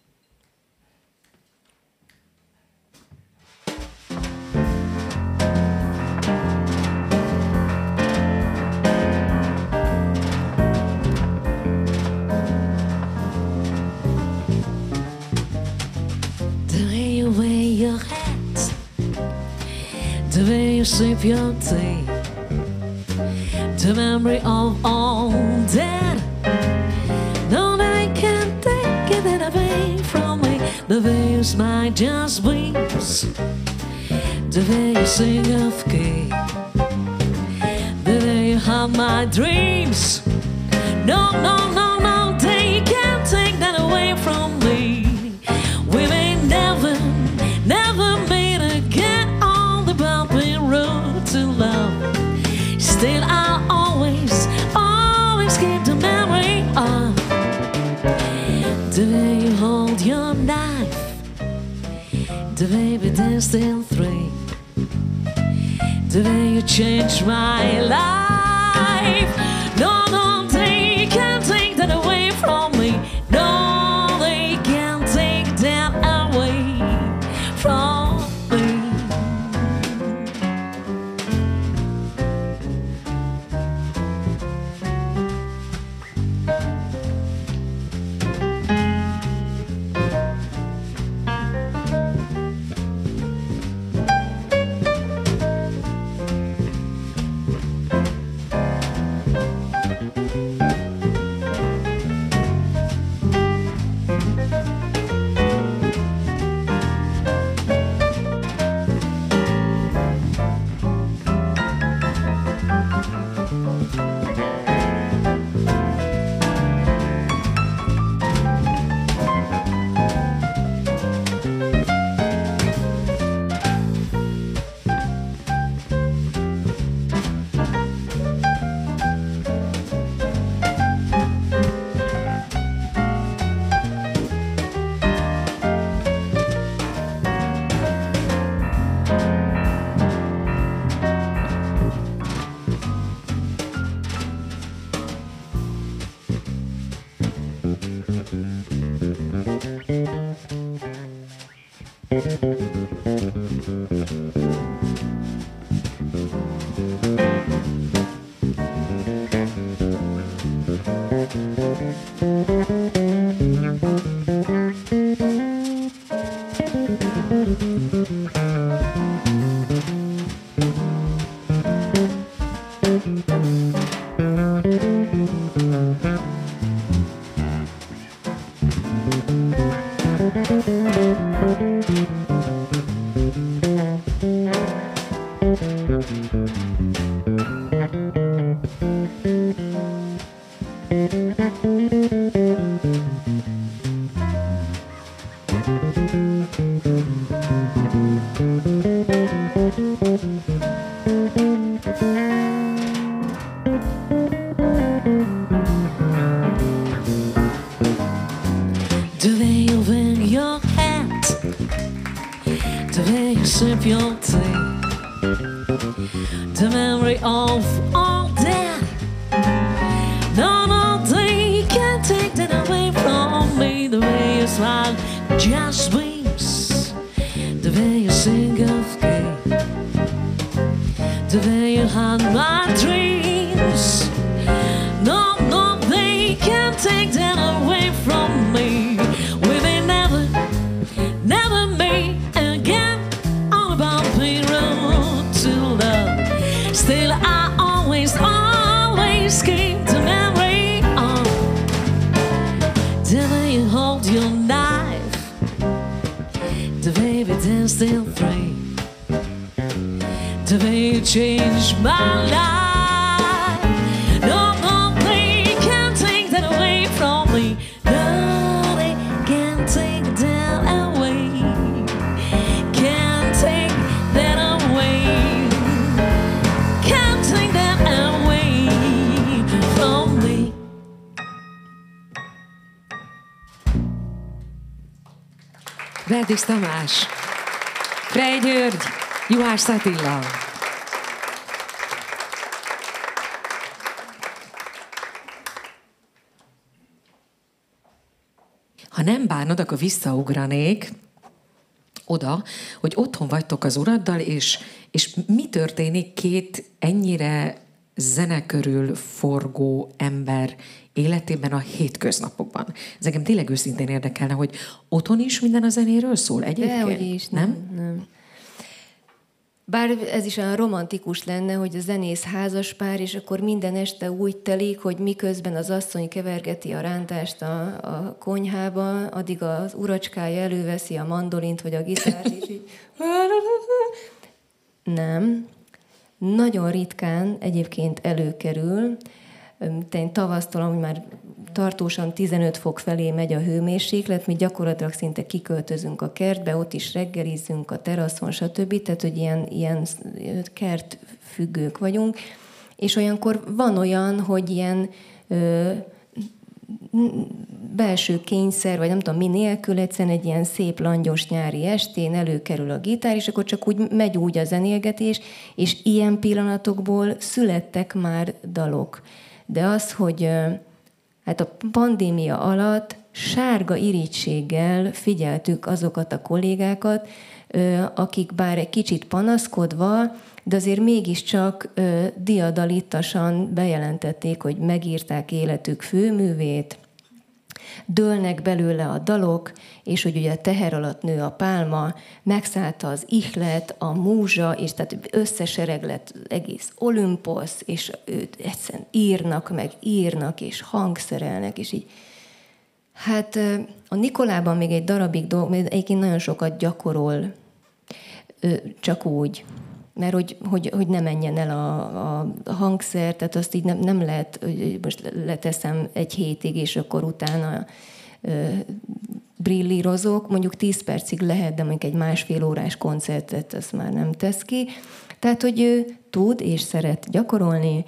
The way you sip your tea, the memory of all that. No, I can't take it away from me. The way you smile just beams, the way you sing of key, the way you haunt my dreams. No, no, no, no, they can't take that away from me. We may never, never meet again on the bumpy road to love. Still I'll always, always keep the memory of the way you hold your knife, the way we danced in three, the way you changed my life. No, no, they can't take that away from me. No, they can't take that away from me. The way you wring your hand, the way you sip your tea, the memory of all that. No, no, they can't take that away from me. The way you smile just beams, the way you sing of key, the way you haunt my dreams. No, no, they can't take that away from me. We may never, never meet again on a bumpy road to love. Still I always, always keep the memory of the way you hold your knife, the way we danced in three, the way you changed my life. No, no, they can't take that away from me. No, they can't take that away. Can't take that away. Can't take that away from me. Berdis Tamás, Frey György, Juhász Attila. Ha nem bánod, akkor visszaugranék oda, hogy otthon vagytok az uraddal, és mi történik két ennyire zene körül forgó ember életében a hétköznapokban. Ez engem tényleg őszintén érdekelne, hogy otthon is minden a zenéről szól egyébként? Dehogy is, nem. Bár ez is olyan romantikus lenne, hogy a zenész házaspár, és akkor minden este úgy telik, hogy miközben az asszony kevergeti a rántást a konyhába, addig az uracskája előveszi a mandolint vagy a gitárt, és így... Nem. Nagyon ritkán egyébként előkerül. Én tavasztól, amúgy már tartósan 15 fok felé megy a hőmérséklet, mi gyakorlatilag szinte kiköltözünk a kertbe, ott is reggelizünk a teraszon, stb. Tehát, hogy ilyen kertfüggők vagyunk. És olyankor van olyan, hogy ilyen belső kényszer, vagy nem tudom mi nélkül, egyszerűen egy ilyen szép langyos nyári estén előkerül a gitár, és akkor csak úgy megy úgy a zenélgetés, és ilyen pillanatokból születtek már dalok. De az, hogy hát a pandémia alatt sárga irítséggel figyeltük azokat a kollégákat, akik bár egy kicsit panaszkodva, de azért mégiscsak diadalittasan bejelentették, hogy megírták életük főművét, dőlnek belőle a dalok, és hogy ugye a teher alatt nő a pálma, megszállta az ihlet, a múzsa, és tehát összesereg lett egész Olimposz, és őt egyszerűen írnak, és hangszerelnek, és így. Hát a Nikolában még egy darabig egyébként nagyon sokat gyakorol, csak úgy, mert hogy ne menjen el a hangszer, tehát azt így nem lehet, hogy most leteszem egy hétig, és akkor utána brillírozok, mondjuk 10 percig lehet, de mondjuk egy másfél órás koncertet azt már nem tesz ki. Tehát, hogy ő tud és szeret gyakorolni,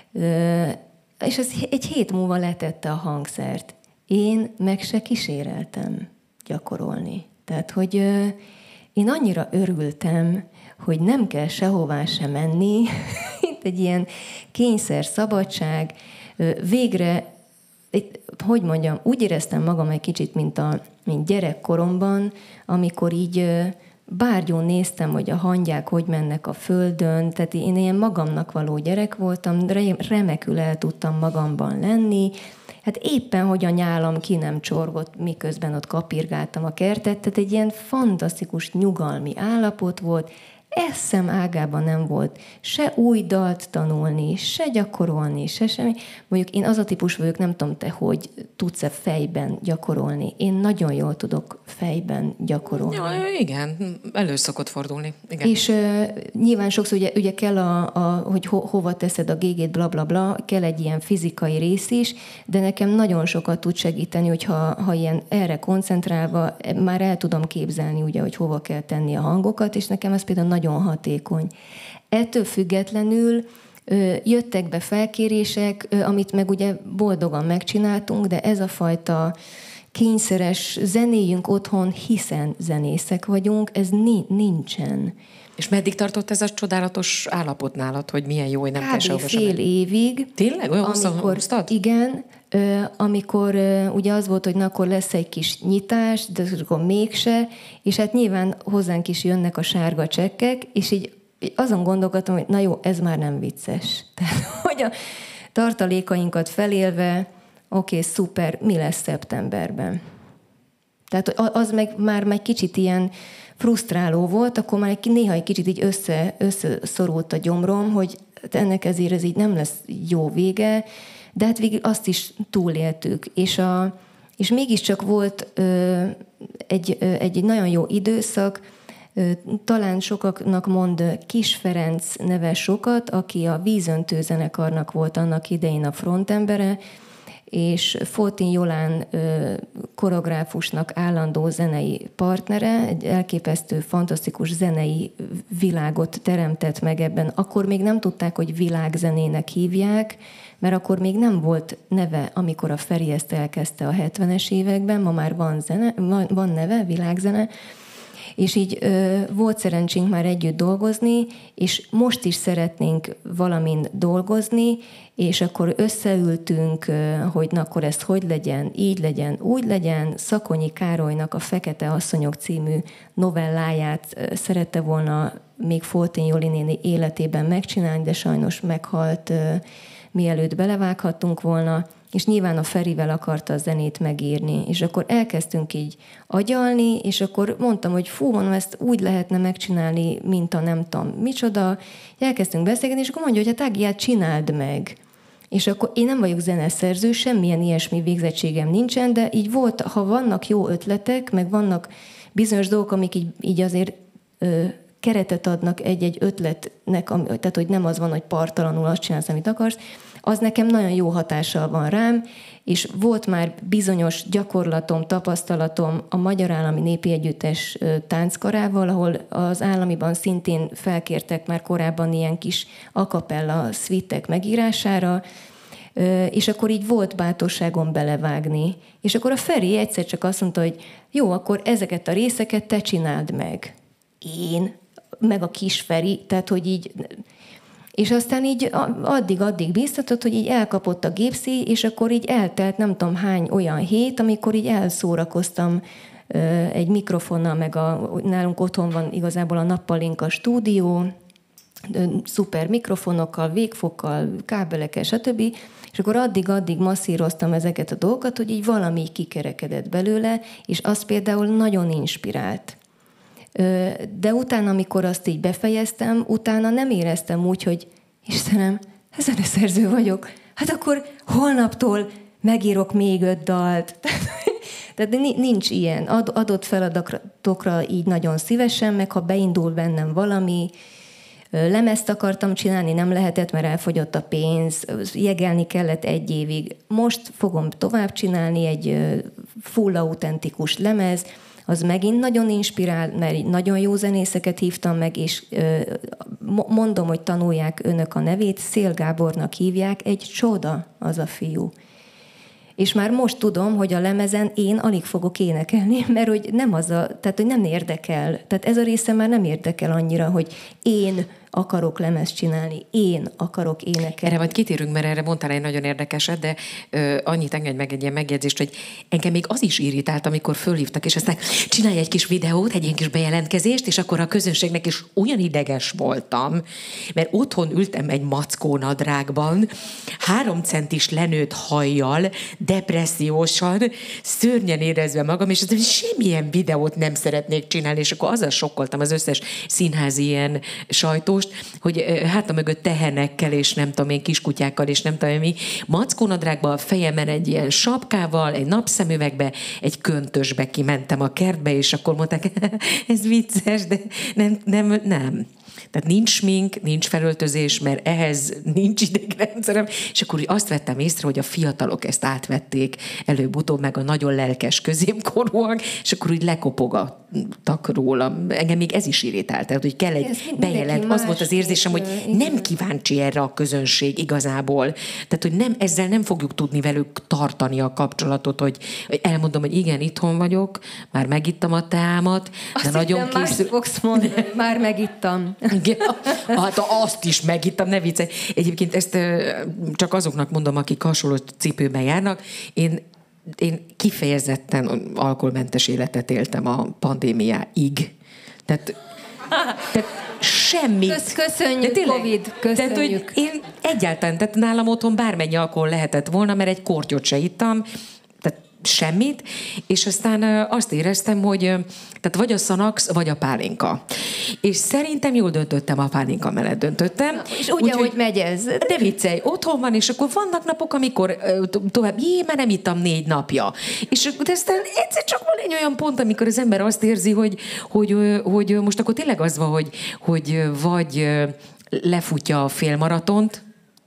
és az egy hét múlva letette a hangszert. Én meg se kíséreltem gyakorolni. Tehát, hogy én annyira örültem, hogy nem kell sehová sem menni, itt egy ilyen kényszer, szabadság. Végre, hogy mondjam, úgy éreztem magam egy kicsit, mint gyerekkoromban, amikor így bárgyón néztem, hogy a hangyák hogy mennek a földön, tehát én ilyen magamnak való gyerek voltam, remekül el tudtam magamban lenni. Hát éppen, hogy a nyálam ki nem csorgott, miközben ott kapirgáltam a kertet, tehát egy ilyen fantasztikus nyugalmi állapot volt, eszem ágában nem volt se új dalt tanulni, se gyakorolni, se semmi. Mondjuk én az a típus vagyok, nem tudom te, hogy tudsz-e fejben gyakorolni. Én nagyon jól tudok fejben gyakorolni. Ja, igen, elő szokott fordulni. Igen. És nyilván sokszor ugye kell, hogy hova teszed a gégét, blablabla, kell egy ilyen fizikai rész is, de nekem nagyon sokat tud segíteni, hogyha ilyen erre koncentrálva már el tudom képzelni, ugye, hogy hova kell tenni a hangokat, és nekem ez például nagyon hatékony. Ettől függetlenül jöttek be felkérések, amit meg ugye boldogan megcsináltunk, de ez a fajta kényszeres zenéjünk otthon, hiszen zenészek vagyunk, ez nincsen. És meddig tartott ez a csodálatos állapot nálad, hogy milyen jó, hogy nem kell sehova sem fél évig. Tényleg? Olyan hoztad? Igen, amikor ugye az volt, hogy na, akkor lesz egy kis nyitás, de akkor mégse, és hát nyilván hozzánk is jönnek a sárga csekkek, és így azon gondolkodtam, hogy na jó, ez már nem vicces. Tehát, hogy a tartalékainkat felélve, oké, szuper, mi lesz szeptemberben? Tehát az meg már egy kicsit ilyen frusztráló volt, akkor már néha egy kicsit így összeszorult a gyomrom, hogy ennek ezért ez így nem lesz jó vége, de hát végül azt is túléltük. És mégiscsak volt egy nagyon jó időszak, talán sokaknak mond Kis Ferenc neves sokat, aki a Vízöntő zenekarnak volt annak idején a frontembere, és Fortin Jolán koreográfusnak állandó zenei partnere, egy elképesztő, fantasztikus zenei világot teremtett meg ebben. Akkor még nem tudták, hogy világzenének hívják, mert akkor még nem volt neve, amikor a Feri ezt elkezdte a 70-es években, ma már van neve, világzene, és így volt szerencsénk már együtt dolgozni, és most is szeretnénk valamin dolgozni, és akkor összeültünk, hogy na akkor ezt hogy legyen, így legyen, úgy legyen. Szakonyi Károlynak a Fekete asszonyok című novelláját szerette volna még Fortin Joli néni életében megcsinálni, de sajnos meghalt, mielőtt belevághattunk volna, és nyilván a Ferivel akarta a zenét megírni, és akkor elkezdtünk így agyalni, és akkor mondtam, hogy mondom, ezt úgy lehetne megcsinálni, mint a nem tudom micsoda. Elkezdtünk beszélgetni, és akkor mondja, hogy hát Ági, csináld meg. És akkor én nem vagyok zeneszerző, semmilyen ilyesmi végzettségem nincsen, de így volt, ha vannak jó ötletek, meg vannak bizonyos dolgok, amik így azért keretet adnak egy-egy ötletnek, tehát hogy nem az van, hogy partalanul azt csinálsz, amit akarsz, az nekem nagyon jó hatással van rám, és volt már bizonyos gyakorlatom, tapasztalatom a Magyar Állami Népi Együttes tánckarával, ahol az államiban szintén felkértek már korábban ilyen kis a cappella szvittek megírására, és akkor így volt bátorságom belevágni. És akkor a Feri egyszer csak azt mondta, hogy jó, akkor ezeket a részeket te csináld meg. Én, meg a kis Feri, tehát hogy így... És aztán így addig bíztatott, hogy így elkapott a gépszi, és akkor így eltelt nem tudom hány olyan hét, amikor így elszórakoztam egy mikrofonnal, meg nálunk otthon van igazából a Nappalinka stúdió, szuper mikrofonokkal, végfokkal, kábelekkel, stb. És akkor addig masszíroztam ezeket a dolgokat, hogy így valami kikerekedett belőle, és az például nagyon inspirált. De utána, amikor azt így befejeztem, utána nem éreztem úgy, hogy Istenem, zeneszerző vagyok, hát akkor holnaptól megírok még 5 dalt. Tehát nincs ilyen. Adott feladatokra így nagyon szívesen, meg ha beindul bennem valami, lemezt akartam csinálni, nem lehetett, mert elfogyott a pénz, jegelni kellett 1 évig. Most fogom tovább csinálni egy full autentikus lemez, az megint nagyon inspirál, mert nagyon jó zenészeket hívtam meg, és mondom, hogy tanulják önök a nevét, Szél Gábornak hívják, egy csoda az a fiú. És már most tudom, hogy a lemezen én alig fogok énekelni, mert hogy nem tehát hogy nem érdekel. Tehát ez a része már nem érdekel annyira, hogy én akarok lemezt csinálni, én akarok énekelni. Erre majd kitérünk, mert erre mondtál egy nagyon érdekeset, de annyit engedj meg egy ilyen megjegyzést, hogy engem még az is irritált, amikor fölhívtak, és aztán csinálj egy kis videót, egy ilyen kis bejelentkezést, és akkor a közönségnek is olyan ideges voltam, mert otthon ültem egy mackónadrágban, 3 centis lenőtt hajjal, depressziósan, szörnyen érezve magam, és aztán semmilyen videót nem szeretnék csinálni, és akkor azzal sokkoltam az összes színházi ilyen sajtós, hogy hátam mögött tehenekkel, és nem tudom én, kiskutyákkal, és nem tudom mi, mackónadrágban, a fejemen egy ilyen sapkával, egy napszemüvegbe, egy köntösbe kimentem a kertbe, és akkor mondták, ez vicces, de nem. Tehát nincs smink, nincs felöltözés, mert ehhez nincs idegrendszerem, és akkor azt vettem észre, hogy a fiatalok ezt átvették előbb-utóbb, meg a nagyon lelkes középkorúak, és akkor úgy lekopogattak róla. Engem még ez is irritált, tehát, hogy kell egy bejelent. Az volt az érzésem, hogy nem kíváncsi erre a közönség igazából. Tehát, hogy ezzel nem fogjuk tudni velük tartani a kapcsolatot, hogy elmondom, hogy igen, itthon vagyok, már megittam a teámat, de nagyon készül... fogsz mondani, már megittam. Igen, hát azt is megittam, ne viccelj. Egyébként ezt csak azoknak mondom, akik hasonló cipőben járnak. Én kifejezetten alkoholmentes életet éltem a pandémiáig. Tehát semmi. Köszönjük, tényleg, Covid, köszönjük. Tehát, hogy én egyáltalán, tehát nálam otthon bármennyi alkohol lehetett volna, mert egy kortyot se ittam, semmit, és aztán azt éreztem, hogy tehát vagy a Xanax, vagy a pálinka. És szerintem jól döntöttem, a pálinka mellett döntöttem. Na, és úgy, ahogy megy ez. De viccelj, otthon van, és akkor vannak napok, amikor tovább, már nem ittam 4 napja. És aztán egyszer csak van egy olyan pont, amikor az ember azt érzi, hogy most akkor tényleg az van, hogy vagy lefutja a félmaratont,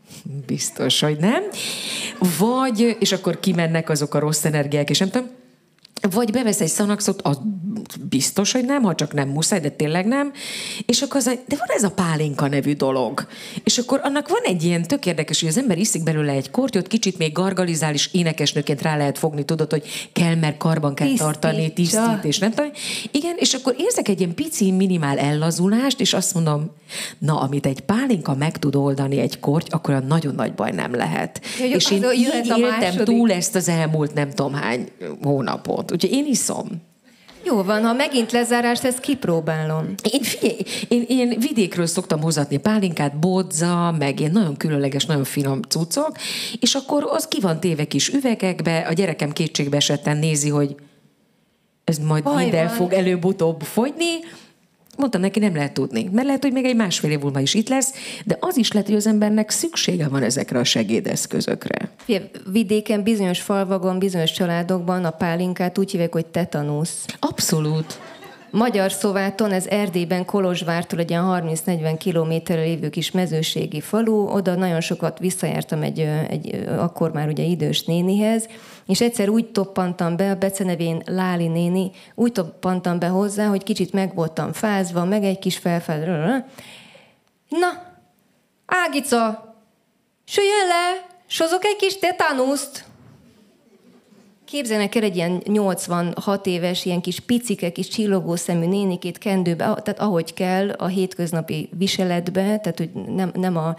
Biztos, hogy nem. Vagy, és akkor kimennek azok a rossz energiák, és nem tudom, vagy bevesz egy szanaxot, az biztos, hogy nem, ha csak nem muszáj, de tényleg nem. És akkor de van ez a pálinka nevű dolog. És akkor annak van egy ilyen tök érdekes, hogy az ember iszik belőle egy kortyot, kicsit még gargalizál, és énekesnőként rá lehet fogni, tudod, hogy kell, mert karban kell tartani, tisztít, és nem tudom. Igen, és akkor érzek egy ilyen pici, minimál ellazulást, és azt mondom, na, amit egy pálinka meg tud oldani egy korty, akkor a nagyon nagy baj nem lehet. Ja, és én így éltem második. túl ezt az elmúlt nem tudom hány hónapot. Úgyhogy én iszom. Jó van, ha megint lezárást, ezt kipróbálom. Én vidékről szoktam hozatni pálinkát, bodza, meg ilyen nagyon különleges, nagyon finom cuccok, és akkor az ki van téve kis üvegekbe, a gyerekem kétségbe esetten nézi, hogy ez majd minden fog előbb-utóbb fogyni. Mondtam neki, nem lehet tudni, mert lehet, hogy még egy másfél év múlva is itt lesz, de az is lehet, hogy az embernek szüksége van ezekre a segédeszközökre. Vidéken, bizonyos falvakon, bizonyos családokban a pálinkát úgy hívják, hogy tetanusz. Abszolút. Magyarszováton, ez Erdélyben, Kolozsvártól egy ilyen 30-40 kilométerre lévő kis mezőségi falu, oda nagyon sokat visszajártam egy akkor már ugye idős nénihez, és egyszer úgy toppantam be, a becenevén Láli néni, úgy toppantam be hozzá, hogy kicsit meg voltam fázva, meg egy kis felfád. Na, Ágica, süljön le, sozok egy kis tetanuszt. Képzelnek el egy ilyen 86 éves, ilyen kis picike, kis csillogó szemű nénikét kendőbe, tehát ahogy kell a hétköznapi viseletbe, tehát hogy nem a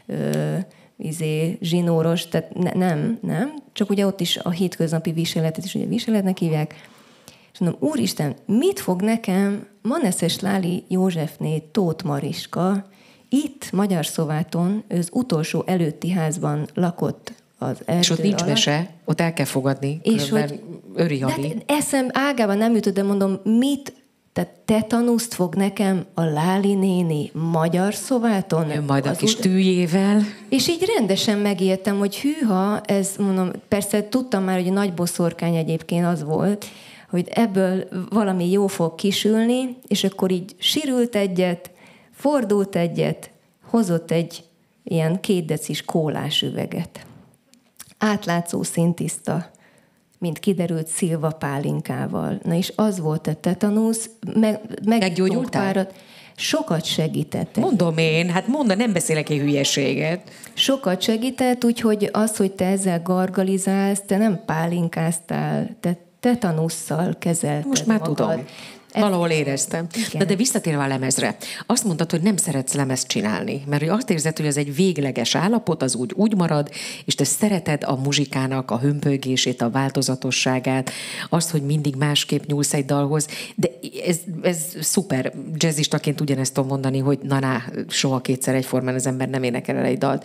zsinóros, tehát nem, csak ugye ott is a hétköznapi viseletet is ugye viseletnek hívják. És mondom, úristen, mit fog nekem Maneszes Láli Józsefné Tóth Mariska itt Magyarszováton, az utolsó előtti házban lakott az erdő és ott nincs alatt. Mese, ott el kell fogadni, és hogy öri-hari. Eszem ágában nem jutott, de mondom, tehát tetanuszt fog nekem a Láli néni Magyarszováton? Jön majd a kis tűjével. És így rendesen megijedtem, hogy hűha, ez mondom, persze tudtam már, hogy a nagy boszorkány egyébként az volt, hogy ebből valami jó fog kisülni, és akkor így sirült egyet, fordult egyet, hozott egy ilyen 2 decis kólás üveget. Átlátszó szintiszta, mint kiderült szilva pálinkával. Na és az volt a tetanusz. Meggyógyultál? Sokat segített. Mondom én, nem beszélek egy hülyeséget. Sokat segített, úgyhogy az, hogy te ezzel gargalizálsz, te nem pálinkáztál, te tetanusszal kezelted most már magad. tudom. Valahol éreztem. De visszatérve a lemezre, azt mondtad, hogy nem szeretsz lemezt csinálni, mert hogy azt érzed, hogy ez egy végleges állapot, az úgy marad, és te szereted a muzsikának a hömpölygését, a változatosságát, azt, hogy mindig másképp nyúlsz egy dalhoz, de ez szuper. Jazzistaként ugyanezt tudom mondani, hogy soha kétszer egyformán az ember nem énekel el egy dalt.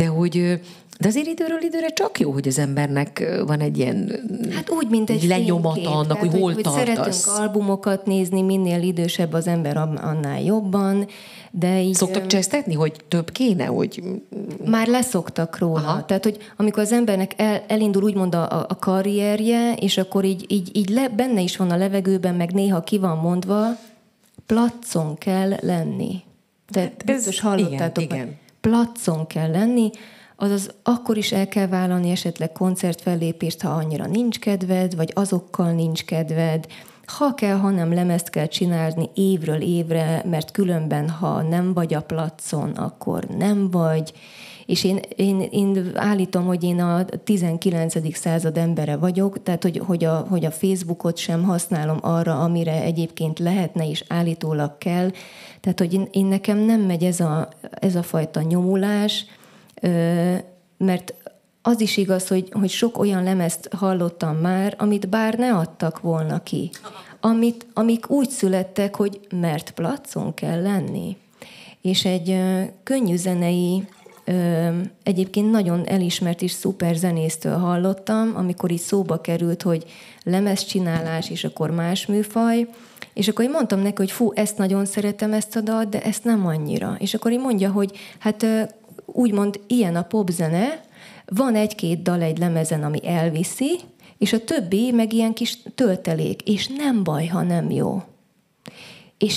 De azért időről időre csak jó, hogy az embernek van egy ilyen úgy, mint egy lenyomata annak, hogy hol tartasz. Szeretünk albumokat nézni, minél idősebb az ember, annál jobban, de így... Szoktak csesztetni, hogy több kéne, hogy... Már leszoktak róla. Aha. Tehát, hogy amikor az embernek elindul úgymond a karrierje, és akkor így benne is van a levegőben, meg néha ki van mondva, placon kell lenni. Tehát biztos hallottátok. Igen. Placon kell lenni, azaz akkor is el kell vállalni esetleg koncertfellépést, ha annyira nincs kedved, vagy azokkal nincs kedved. Ha kell, ha nem, lemezt kell csinálni évről évre, mert különben, ha nem vagy a placon, akkor nem vagy. És én állítom, hogy én a 19. század embere vagyok, tehát hogy a Facebookot sem használom arra, amire egyébként lehetne és állítólag kell. Tehát, hogy én nekem nem megy ez a fajta nyomulás, mert az is igaz, hogy sok olyan lemezt hallottam már, amit bár ne adtak volna ki. Amik úgy születtek, hogy mert placon kell lenni. És egy könnyű zenei, egyébként nagyon elismert és szuper zenésztől hallottam, amikor így szóba került, hogy lemezcsinálás, és akkor más műfaj, és akkor én mondtam neki, hogy ezt nagyon szeretem ezt a dalt, de ezt nem annyira. És akkor így mondja, hogy úgymond ilyen a popzene, van 1-2 dal egy lemezen, ami elviszi, és a többi meg ilyen kis töltelék, és nem baj, ha nem jó. És én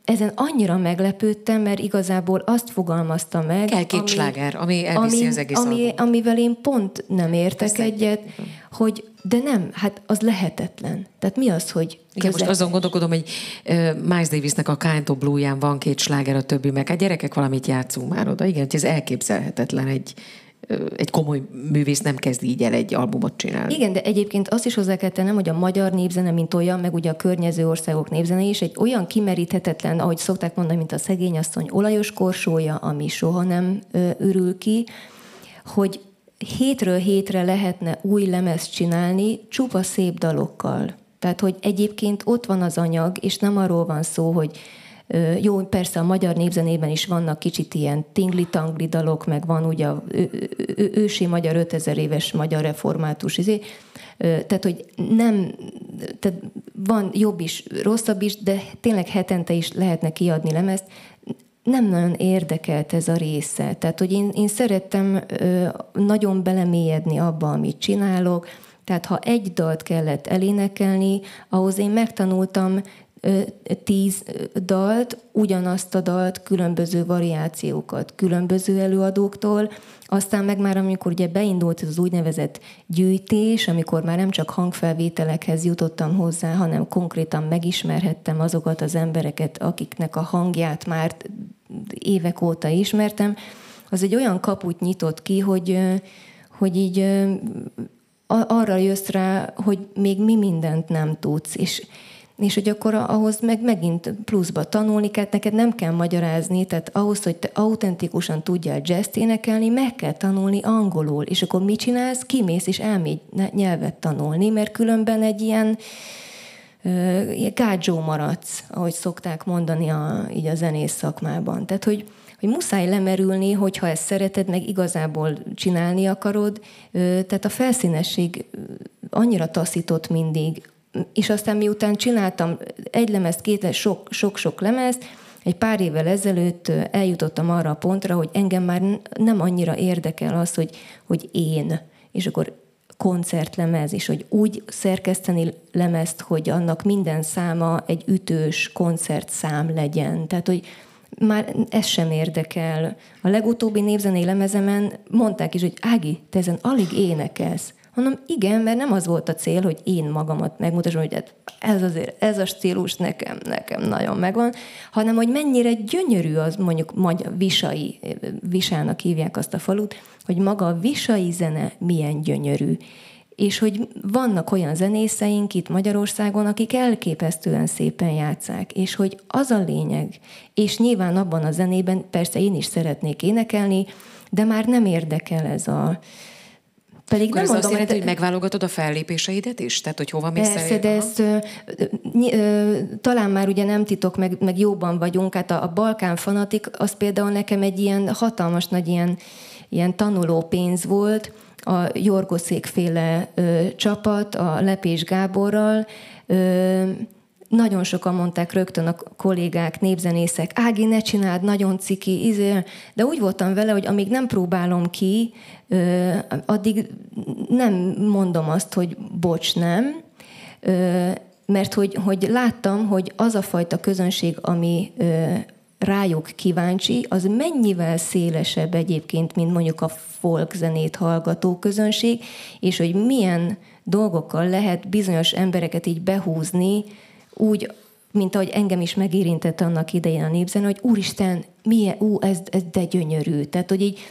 ezen annyira meglepődtem, mert igazából azt fogalmazta meg... Kell két sláger, ami elviszi az egész albumot. Amivel én pont nem értek egyet, hogy de nem, hát az lehetetlen. Tehát mi az, hogy... Igen, most azon gondolkodom, hogy Miles Davisnek a Kind of Blue-ján van két sláger, a többi meg. Hát gyerekek, valamit játszunk már oda. Igen, ez elképzelhetetlen, egy komoly művész nem kezd így el egy albumot csinálni. Igen, de egyébként azt is hozzá kell tennem, hogy a magyar népzene, mint olyan, meg ugye a környező országok népzene is egy olyan kimeríthetetlen, ahogy szokták mondani, mint a szegény asszony olajos korsója, ami soha nem ürül ki, hogy hétről hétre lehetne új lemezt csinálni csupa szép dalokkal. Tehát, hogy egyébként ott van az anyag, és nem arról van szó, hogy jó, persze a magyar népzenében is vannak kicsit ilyen tingli-tangli dalok, meg van ugye ősi magyar 5000 éves magyar református tehát, hogy nem, tehát van jobb is, rosszabb is, de tényleg hetente is lehetne kiadni lemezt. Nem nagyon érdekelt ez a része. Tehát, hogy én szerettem nagyon belemélyedni abba, amit csinálok. Tehát, ha egy dalt kellett elénekelni, ahhoz én megtanultam 10 dalt, ugyanazt a dalt, különböző variációkat, különböző előadóktól, aztán meg már amikor ugye beindult ez az úgynevezett gyűjtés, amikor már nem csak hangfelvételekhez jutottam hozzá, hanem konkrétan megismerhettem azokat az embereket, akiknek a hangját már évek óta ismertem, az egy olyan kaput nyitott ki, hogy így arra jössz rá, hogy még mi mindent nem tudsz, és hogy akkor ahhoz meg megint pluszba tanulni kell, neked nem kell magyarázni, tehát ahhoz, hogy te autentikusan tudjál jazzt énekelni, meg kell tanulni angolul, és akkor mit csinálsz? Kimész és elmégy nyelvet tanulni, mert különben egy ilyen gágyó maradsz, ahogy szokták mondani így a zenész szakmában. Tehát, hogy muszáj lemerülni, hogyha ezt szereted, meg igazából csinálni akarod. Tehát a felszínesség annyira taszított mindig, és aztán miután csináltam egy lemezt, sok-sok lemezt, egy pár évvel ezelőtt eljutottam arra a pontra, hogy engem már nem annyira érdekel az, hogy én, és akkor koncertlemez, és hogy úgy szerkeszteni lemezt, hogy annak minden száma egy ütős koncertszám legyen. Tehát, hogy már ez sem érdekel. A legutóbbi népzenei lemezemen mondták is, hogy Ági, te ezen alig énekelsz. Mondom, igen, mert nem az volt a cél, hogy én magamat megmutassam, hogy ez a stílus nekem nagyon megvan, hanem hogy mennyire gyönyörű az, mondjuk Visai, Visának hívják azt a falut, hogy maga a visai zene milyen gyönyörű. És hogy vannak olyan zenészeink itt Magyarországon, akik elképesztően szépen játsszák, és hogy az a lényeg, és nyilván abban a zenében persze én is szeretnék énekelni, de már nem érdekel ez a... Pedig nem mondom, azt jelenti, hogy megválogatod a fellépéseidet is? Tehát, hogy hova mész? Persze, de ezt talán már ugye nem titok, meg jóban vagyunk. Hát a Balkán Fanatik, az például nekem egy ilyen hatalmas nagy ilyen tanulópénz volt, a Jorgoszék-féle csapat, a Lepés Gáborral. Nagyon sokan mondták rögtön a kollégák, népzenészek, Ági, ne csináld, nagyon ciki, de úgy voltam vele, hogy amíg nem próbálom ki, addig nem mondom azt, hogy bocs, nem, mert hogy láttam, hogy az a fajta közönség, ami rájuk kíváncsi, az mennyivel szélesebb egyébként, mint mondjuk a folk zenét hallgató közönség, és hogy milyen dolgokkal lehet bizonyos embereket így behúzni, úgy, mint ahogy engem is megérintett annak idején a népzene, hogy úristen, ez de gyönyörű. Tehát, hogy így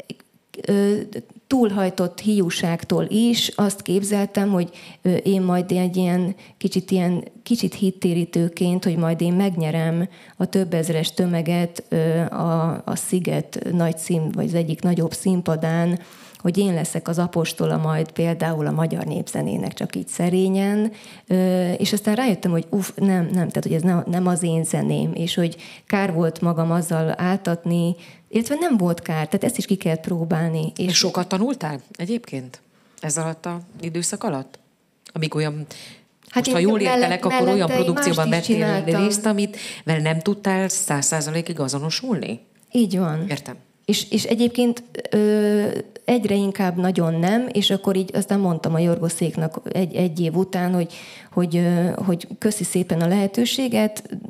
túlhajtott hiúságtól is azt képzeltem, hogy én majd egy ilyen kicsit hittérítőként, hogy majd én megnyerem a több ezres tömeget a Sziget nagy vagy az egyik nagyobb színpadán, hogy én leszek az apostola majd például a magyar népzenének, csak így szerényen, és aztán rájöttem, hogy nem, tehát hogy ez nem az én zeném, és hogy kár volt magam azzal áltatni, illetve nem volt kár, tehát ezt is ki kellett próbálni. És sokat tanultál egyébként ez alatt az időszak alatt? Amíg olyan... Hát most, ha jól értelek, akkor olyan produkcióban vettél részt, amit nem tudtál 100%-ig azonosulni? Így van. Értem. És egyébként egyre inkább nagyon nem, és akkor így aztán mondtam a Jorgoszéknak egy év után, hogy köszi szépen a lehetőséget,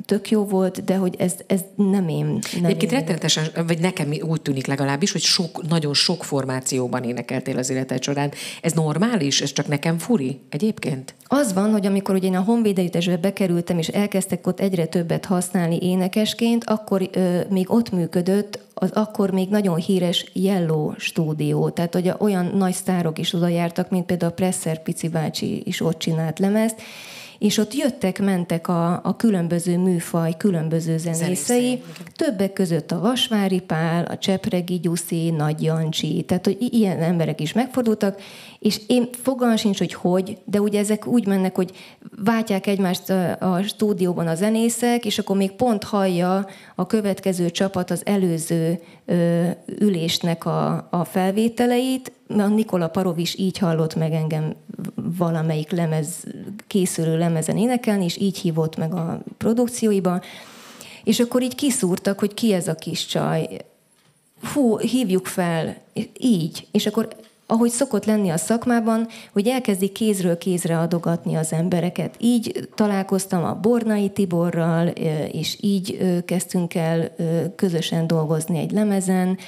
tök jó volt, de hogy ez nem én. Egyébként rettenetesen, vagy nekem úgy tűnik legalábbis, hogy nagyon sok formációban énekeltél az életed során. Ez normális? Ez csak nekem furi egyébként? Az van, hogy amikor ugye én a Honvéd Együttesbe bekerültem, és elkezdtek ott egyre többet használni énekesként, akkor még ott működött az akkor még nagyon híres Yellow stúdió. Tehát hogy olyan nagy sztárok is oda jártak, mint például a Presser Pici bácsi is ott csinált lemezt, és ott jöttek-mentek a különböző műfaj, különböző zenészei, többek között a Vasvári Pál, a Csepregi Gyuszi, Nagy Jancsi, tehát hogy ilyen emberek is megfordultak, és én fogalmam sincs, hogy, de ugye ezek úgy mennek, hogy váltják egymást a stúdióban a zenészek, és akkor még pont hallja a következő csapat az előző ülésnek a felvételeit. A Nikola Parov is így hallott meg engem valamelyik készülő lemezen énekelni, és így hívott meg a produkcióiba. És akkor így kiszúrtak, hogy ki ez a kis csaj. Fú, hívjuk fel, így. És akkor ahogy szokott lenni a szakmában, hogy elkezdik kézről kézre adogatni az embereket. Így találkoztam a Bornai Tiborral, és így kezdtünk el közösen dolgozni egy lemezen,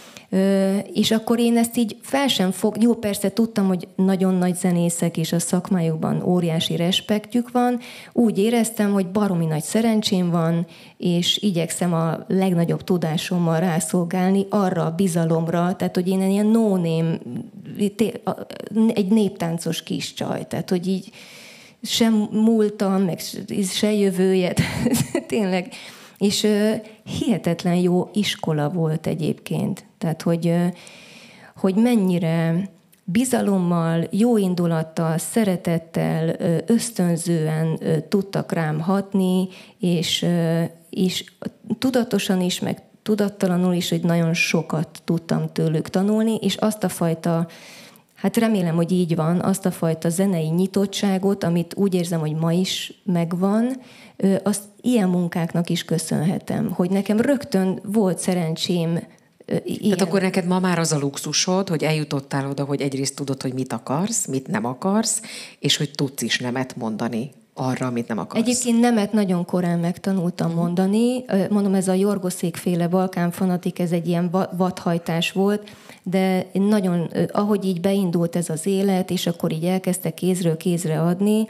és akkor én ezt így fel sem jó, persze tudtam, hogy nagyon nagy zenészek, és a szakmájukban óriási respektjük van. Úgy éreztem, hogy baromi nagy szerencsém van, és igyekszem a legnagyobb tudásommal rászolgálni arra a bizalomra, tehát hogy én ilyen no-name, egy néptáncos kis csaj, tehát hogy így sem múltam, meg se jövője, tényleg. És hihetetlen jó iskola volt egyébként. Tehát, hogy mennyire bizalommal, jó indulattal, szeretettel, ösztönzően tudtak rám hatni, és tudatosan is, meg tudattalanul is, hogy nagyon sokat tudtam tőlük tanulni, és azt a fajta, hát remélem, hogy így van, azt a fajta zenei nyitottságot, amit úgy érzem, hogy ma is megvan, azt ilyen munkáknak is köszönhetem, hogy nekem rögtön volt szerencsém. Tehát akkor neked ma már az a luxusod, hogy eljutottál oda, hogy egyrészt tudod, hogy mit akarsz, mit nem akarsz, és hogy tudsz is nemet mondani arra, amit nem akarsz. Egyébként nemet nagyon korán megtanultam mondani. Mondom, ez a Jorgoszék-féle Balkán fanatik, ez egy ilyen vadhajtás volt, de nagyon, ahogy így beindult ez az élet, és akkor így elkezdte kézről kézre adni,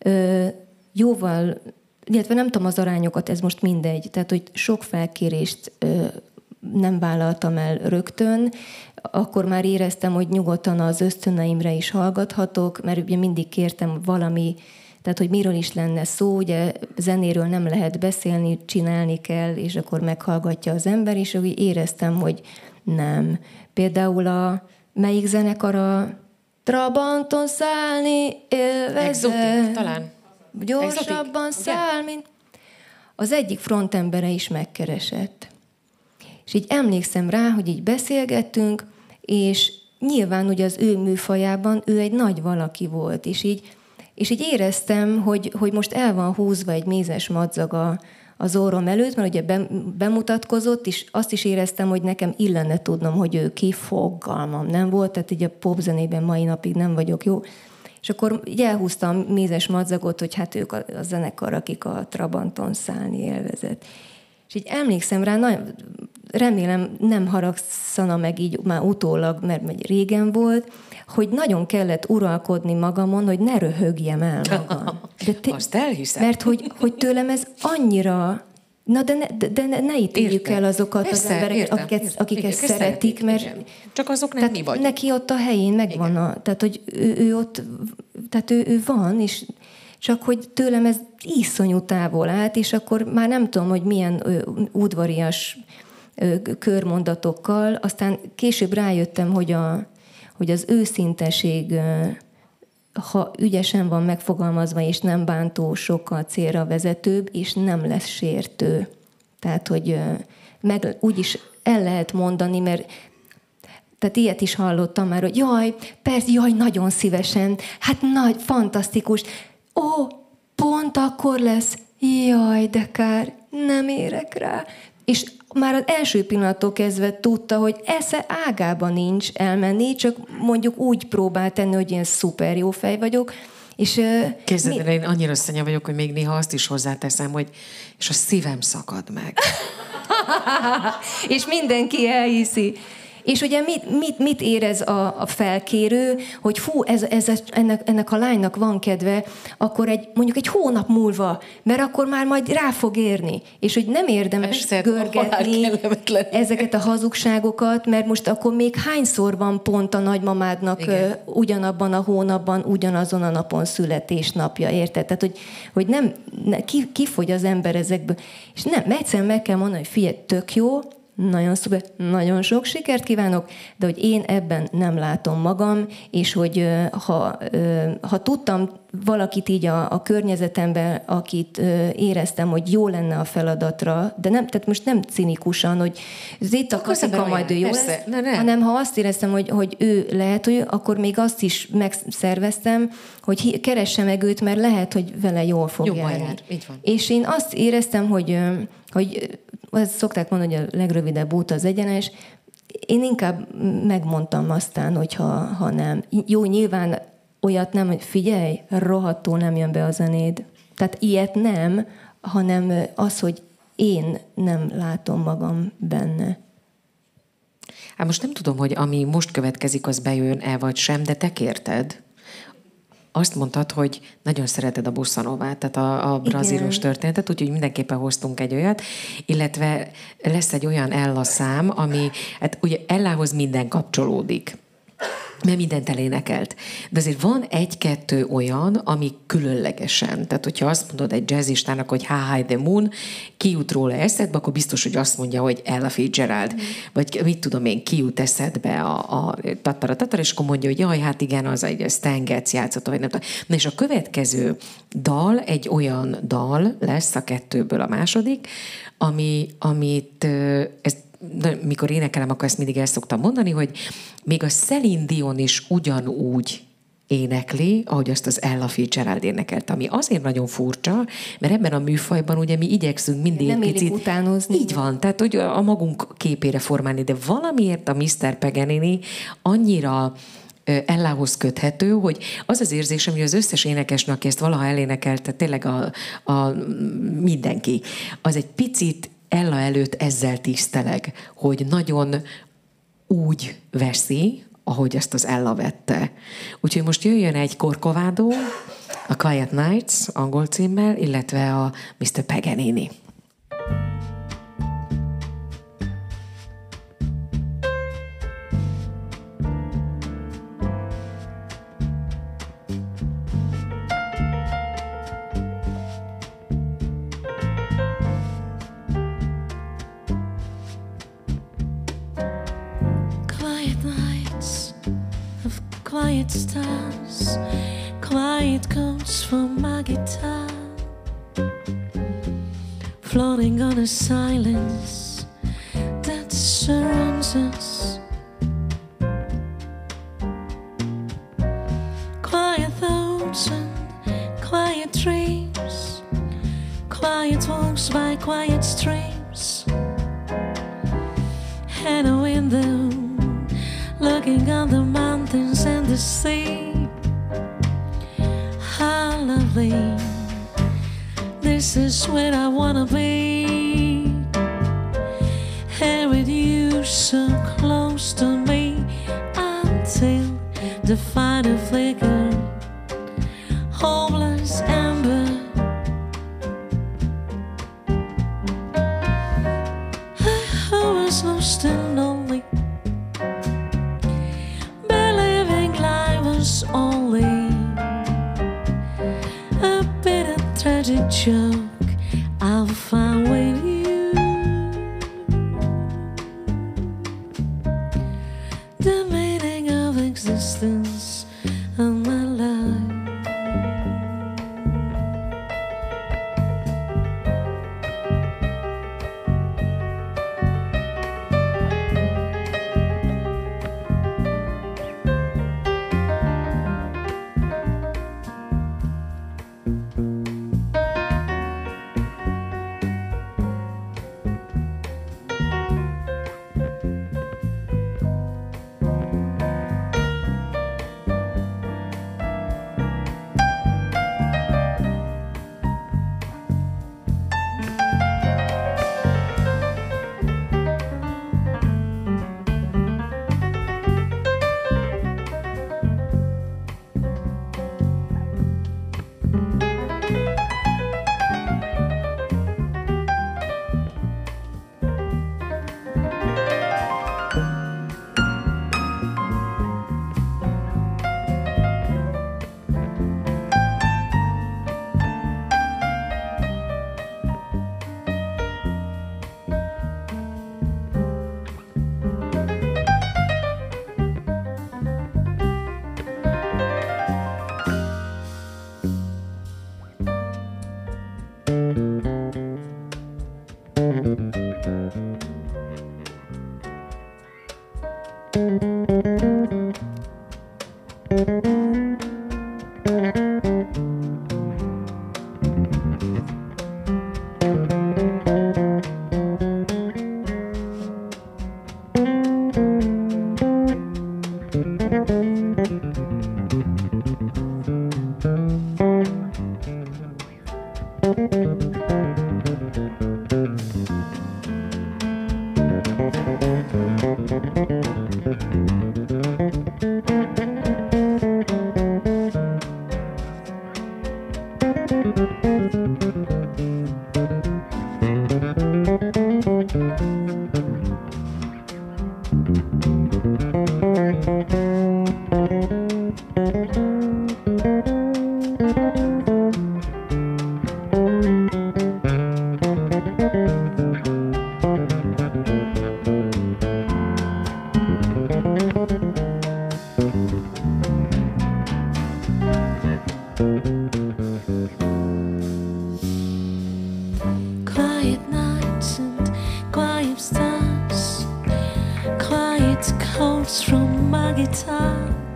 jóval, illetve nem tudom az arányokat, ez most mindegy, tehát hogy sok felkérést nem vállaltam el rögtön, akkor már éreztem, hogy nyugodtan az ösztöneimre is hallgathatok, mert ugye mindig kértem valami, tehát hogy miről is lenne szó, ugye zenéről nem lehet beszélni, csinálni kell, és akkor meghallgatja az ember, és úgy éreztem, hogy nem. Például melyik zenekar a Trabanton szállni élvezett. Exotic, talán. Gyorsabban száll, mint... Az egyik frontembere is megkeresett. És így emlékszem rá, hogy így beszélgettünk, és nyilván ugye az ő műfajában ő egy nagy valaki volt, és így éreztem, hogy most el van húzva egy mézes madzaga az orrom előtt, mert ugye bemutatkozott, és azt is éreztem, hogy nekem illene tudnom, hogy ő ki, fogalmam nem volt, tehát így a popzenében mai napig nem vagyok jó. És akkor így elhúztam a mézes madzagot, hogy hát ők a zenekar, akik a Trabanton szállni élvezett. És így emlékszem rá, remélem nem haragszana meg így már utólag, mert régen volt, hogy nagyon kellett uralkodni magamon, hogy ne röhögjem el magam. Azt elhiszem. Mert hogy tőlem ez annyira... Na, de ne ítéljük el azokat az embereket, akik ezt szeretik, mert... Igen. Csak azok nem mi vagyunk. Neki ott a helyén megvan tehát hogy ő ott... Tehát ő van, és csak hogy tőlem ez iszonyú távol állt, és akkor már nem tudom, hogy milyen udvarias körmondatokkal, aztán később rájöttem, hogy az őszinteség, ha ügyesen van megfogalmazva, és nem bántó, sokkal célra vezetőbb, és nem lesz sértő. Tehát, hogy úgyis el lehet mondani, mert tehát ilyet is hallottam már, hogy jaj, persze, jaj, nagyon szívesen, hát nagy, fantasztikus, pont akkor lesz, jaj, de kár, nem érek rá. És már az első pillanattól kezdve tudta, hogy esze ágában nincs elmenni, csak mondjuk úgy próbál tenni, hogy ilyen szuper jó fej vagyok, És, Képzeld, én annyira szanya vagyok, hogy még néha azt is hozzáteszem, hogy és a szívem szakad meg. És mindenki elhiszi. És ugye mit érez a felkérő, hogy fú, ennek a lánynak van kedve, akkor mondjuk egy hónap múlva, mert akkor már majd rá fog érni. És hogy nem érdemes görgetni ezeket a hazugságokat, mert most akkor még hányszor van pont a nagymamádnak ugyanabban a hónapban, ugyanazon a napon születésnapja, érted? Tehát, hogy nem kifogy az ember ezekből. És nem, egyszerűen meg kell mondani, hogy figyelj, tök jó, nagyon szuper, nagyon sok sikert kívánok, de hogy én ebben nem látom magam, és hogy ha tudtam valakit így a környezetemben, akit éreztem, hogy jó lenne a feladatra, de nem, tehát most nem cinikusan, hogy itt a Katika majd ő jó lesz, hanem ha azt éreztem, hogy ő lehet, hogy akkor még azt is megszerveztem, hogy keresse meg őt, mert lehet, hogy vele jól fog járni. És én azt éreztem, hogy azt szokták mondani, hogy a legrövidebb út az egyenes. Én inkább megmondtam aztán, hogy ha nem. Jó, nyilván olyat nem, hogy figyelj, rohadtul nem jön be a zenéd. Tehát ilyet nem, hanem az, hogy én nem látom magam benne. Hát most nem tudom, hogy ami most következik, az bejön-e vagy sem, de te kérted. Azt mondtad, hogy nagyon szereted a bossa novát, tehát a brazílius történetet, úgyhogy mindenképpen hoztunk egy olyat, illetve lesz egy olyan Ella szám, ami, hát ugye Ellához minden kapcsolódik, mert mindent elénekelt. De azért van egy-kettő olyan, ami különlegesen. Tehát, hogyha azt mondod egy jazzistának, hogy High the Moon, ki jut róla eszedbe, akkor biztos, hogy azt mondja, hogy Ella Fitzgerald. Vagy mit tudom én, ki jut eszedbe a tatara, és akkor mondja, hogy jaj, hát igen, az egy Stan Getz játszott, vagy nem tudom. Na és a következő dal, egy olyan dal lesz, a kettőből a második, amit ezt mikor énekelem, akkor ezt mindig el szoktam mondani, hogy még a Celine Dion is ugyanúgy énekli, ahogy azt az Ella Fitzgerald énekelt, ami azért nagyon furcsa, mert ebben a műfajban ugye mi igyekszünk mindig nem picit... utánozni. Így van, tehát hogy a magunk képére formálni, de valamiért a Mr. Paganini annyira Ellához köthető, hogy az az érzésem, hogy az összes énekesnő, aki ezt valaha elénekelte, tényleg a mindenki, az egy picit Ella előtt ezzel tiszteleg, hogy nagyon úgy veszi, ahogy ezt az Ella vette. Úgyhogy most jöjjön egy Corcovado, a Quiet Nights angol címmel, illetve a Mr. Paganini. Quiet stars, quiet comes from my guitar, floating on a silence that surrounds us. Quiet thoughts and quiet dreams, quiet walks by quiet streams, and a window looking on the mountains and the sea. How lovely, this is where I wanna be. Here with you so close to me, until the final flicker, hopeless ember. I was lost and lonely, only a bit of tragic joke I'll find with you. The meaning of existence and my life. Quiet nights and quiet stars, quiet chords from my guitar,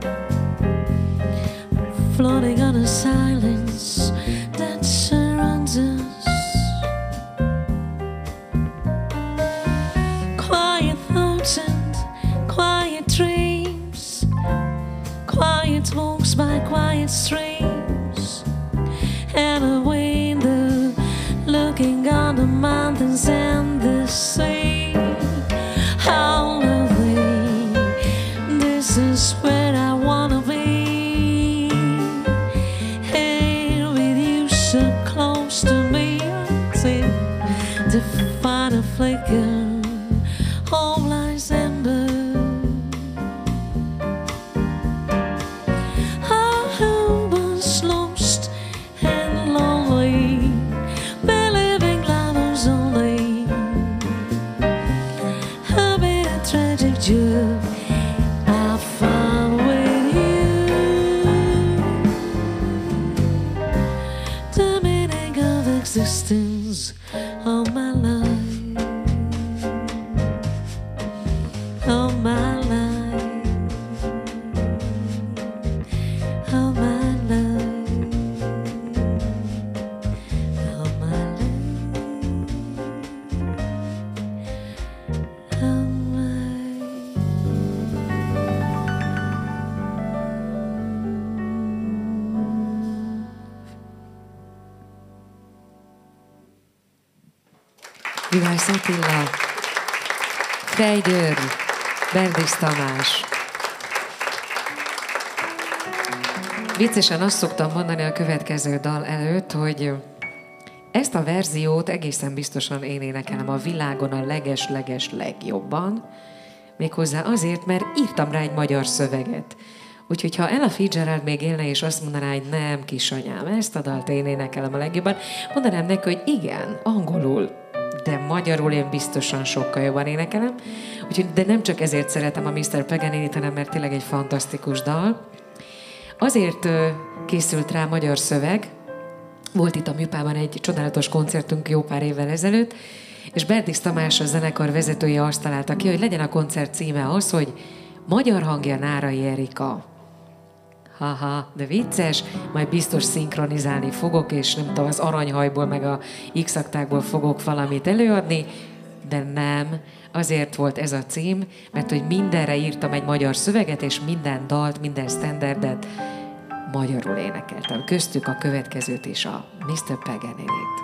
floating on a silence that surrounds us. Quiet thoughts and quiet dreams, quiet walks by quiet streams, and a window looking on the mountains and the sea. How lovely, this is where I wanna be. Here with you so close to me, until the final flicker of life's ember. I was lost and lonely, believing love was only a bit of tragic joke I found with you. The meaning of existence of my life, of my life, of my life, of my life, of Vivász Attila, Frey György, Berdis Tamás. Viccesen azt szoktam mondani a következő dal előtt, hogy ezt a verziót egészen biztosan én énekelem a világon a leges-leges legjobban, méghozzá azért, mert írtam rá egy magyar szöveget. Úgyhogy ha Ella Fitzgerald még élne, és azt mondaná, hogy nem, kisanyám, ezt a dalt én énekelem a legjobban, mondanám neki, hogy igen, angolul, de magyarul én biztosan sokkal jobban énekelem. Úgyhogy, de nem csak ezért szeretem a Mr. Paganini-t, hanem mert tényleg egy fantasztikus dal. Azért készült rá magyar szöveg, volt itt a Műpában egy csodálatos koncertünk jó pár évvel ezelőtt, és Berdis Tamás, a zenekar vezetője azt találta ki, hogy legyen a koncert címe az, hogy Magyar hangja Nárai Erika. Haha, de vicces, majd biztos szinkronizálni fogok, és nem tudom, az aranyhajból meg a X-aktákból fogok valamit előadni, de nem. Azért volt ez a cím, mert hogy mindenre írtam egy magyar szöveget, és minden dalt, minden standardet magyarul énekeltem. Köztük a következőt is, a Mr. Paganini-t.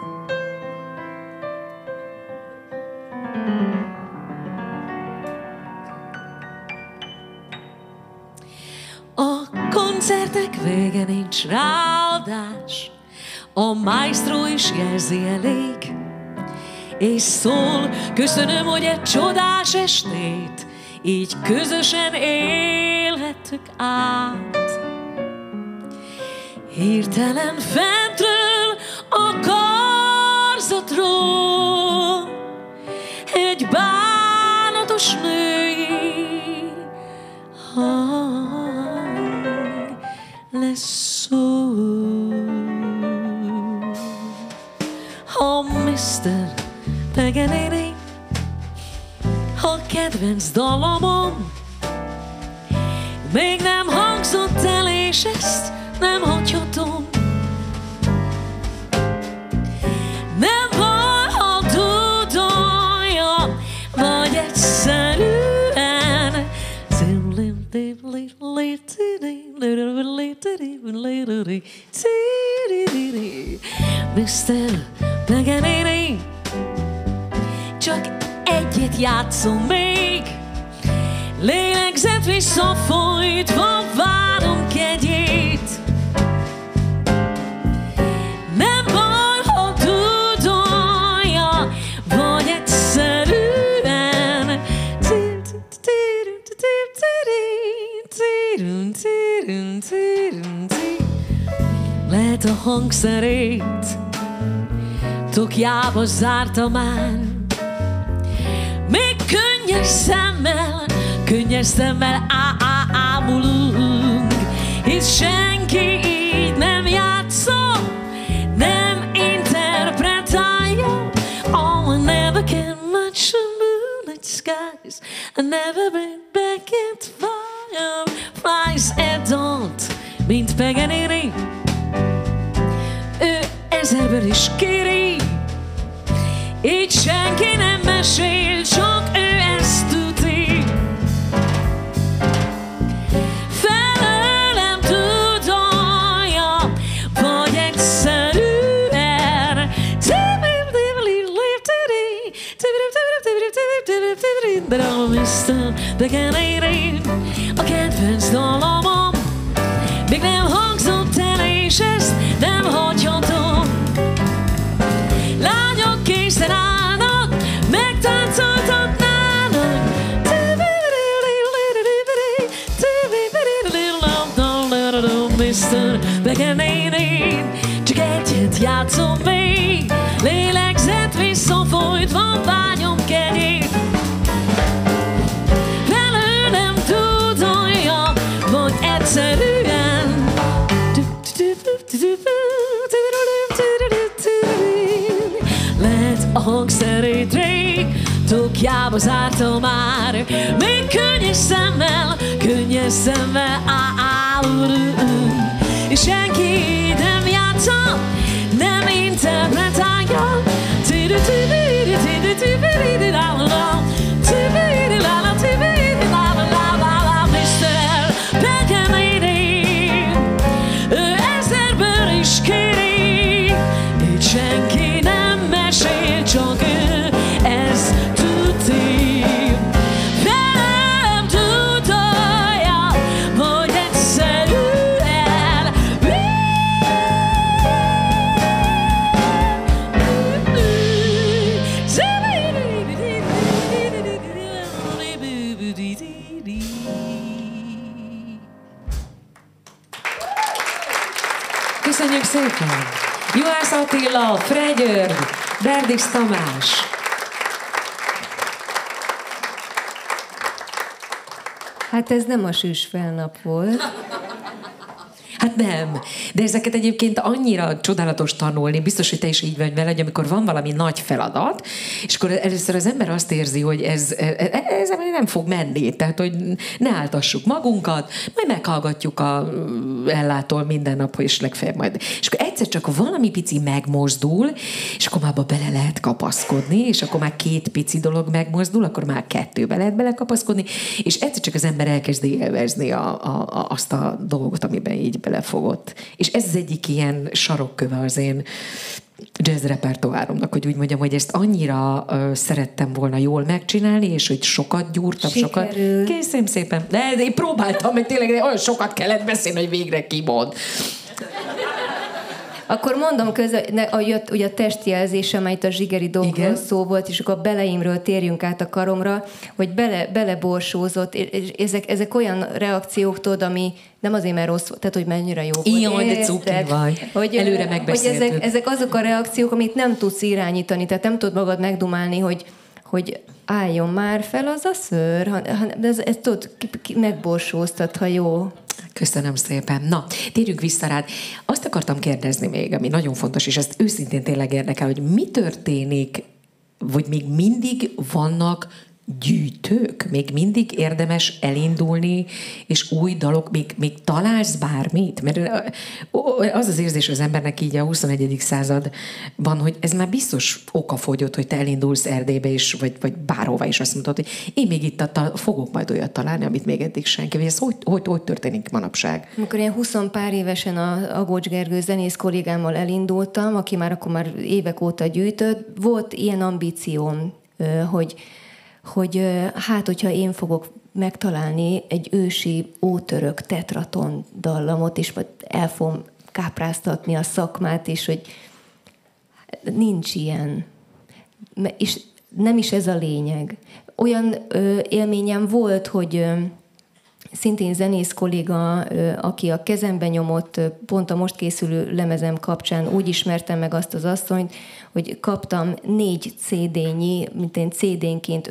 a koncertek vége nincs ráadás, a maestro is jelzi elég, és szól, köszönöm, hogy egy csodás estét így közösen élhettük át. Hirtelen fentről a karzatról egy bánatos női hang leszól. A Mr. Paganini, a kedvenc dalomon még nem hangzott el, és ezt nem hagyhatom. Nem baj, ha tudolja, vagy egyszerűen Mr. still beginning. Csak egyet játszom még, lélegzet visszafolytva várunk egyét. Nem baj, ha tudolja, vagy egyszerűen lehet a hangszerét tokjába zárta már. Még könnyes szemmel ámulunk, hisz senki így nem játszol, nem interpretálja. Oh, I never can match the moonlit skies, I never bring back it fireflies. Adult, mint Paganini, ő ezerből is kéri, így senki nem mesél, csak ő ezt tudni. Felőlem tudolja, vagy egyszerűen Mr. Paganini, a kedvenc dalomom még nem hangzott el, és ezt nem hagyhatom. Lányok készen állnak, megtáncoltatnának. Mr. Paganini, csak egyet játszom még, lélegzet visszafolytva vágyom kegyét. Velőlem tudolja, vagy egyszerűen lehet a hangszerét rég tokjába zárta már. Még könnyes szemmel és senki nem játsza, nem interpretálja. Mr. Paganini, ő ezerből is kéri, így senki nem mesél, csak ő ezt tudni. Velem tudolja, hogy egyszerűen Köszönjük szépen! Juhász Attila, Frey György, Berdis Tamás. Hát ez nem a süsfelnap volt. Hát nem, de ezeket egyébként annyira csodálatos tanulni, biztos, hogy te is így vagy vele, hogy amikor van valami nagy feladat, és akkor először az ember azt érzi, hogy ez nem fog menni, tehát hogy ne áltassuk magunkat, majd meghallgatjuk a ellától minden nap, és legfeljebb majd. És akkor egyszer csak valami pici megmozdul, és akkor már abba bele lehet kapaszkodni, és akkor már 2 pici dolog megmozdul, akkor már 2-be lehet belekapaszkodni, és egyszer csak az ember elkezdi élvezni azt a dolgot, amiben így belefogott. És ez az egyik ilyen sarokköve az én jazz repertoáromnak, hogy úgy mondjam, hogy ezt annyira szerettem volna jól megcsinálni, és hogy sokat gyúrtam, sokat. Köszönöm szépen. De én próbáltam, mert tényleg olyan sokat kellett beszélni, hogy végre kimond. Akkor mondom közben, jött ugye a testjelzése, amely itt a zsigeri dolgokról szó volt, és akkor a beleimről térjünk át a karomra, hogy beleborsózott, és ezek olyan reakciók, tudod, ami nem azért, mert rossz volt, tehát hogy mennyire jó volt. Jaj, de cuki vagy. Hogy, előre megbeszéltük. Hogy ezek azok a reakciók, amit nem tudsz irányítani, tehát nem tudod magad megdumálni, hogy álljon már fel az a szőr, de ez tudod, megborsóztat, ha jó. Köszönöm szépen. Na, térjünk vissza rád. Azt akartam kérdezni még, ami nagyon fontos, és ezt őszintén tényleg érdekel, hogy mi történik, vagy még mindig vannak gyűjtők? Még mindig érdemes elindulni, és új dalok, még találsz bármit? Mert az az érzés az embernek így a 21. században, hogy ez már biztos okafogyott, hogy te elindulsz Erdélybe is, vagy bárhova is azt mondod, hogy én még itt fogok majd olyat találni, amit még eddig senki. Vagy ez hogy történik manapság? Amikor én 20 pár évesen a Agócs Gergő zenész kollégámmal elindultam, aki akkor már évek óta gyűjtött, volt ilyen ambícióm, hogy hát, hogyha én fogok megtalálni egy ősi ótörök tetraton dallamot, és el fogom kápráztatni a szakmát, és hogy nincs ilyen. És nem is ez a lényeg. Olyan élményem volt, hogy szintén zenész kolléga, aki a kezembe nyomott, pont a most készülő lemezem kapcsán úgy ismertem meg azt az asszonyt, hogy kaptam 4 CD-nyi, mint én CD-nként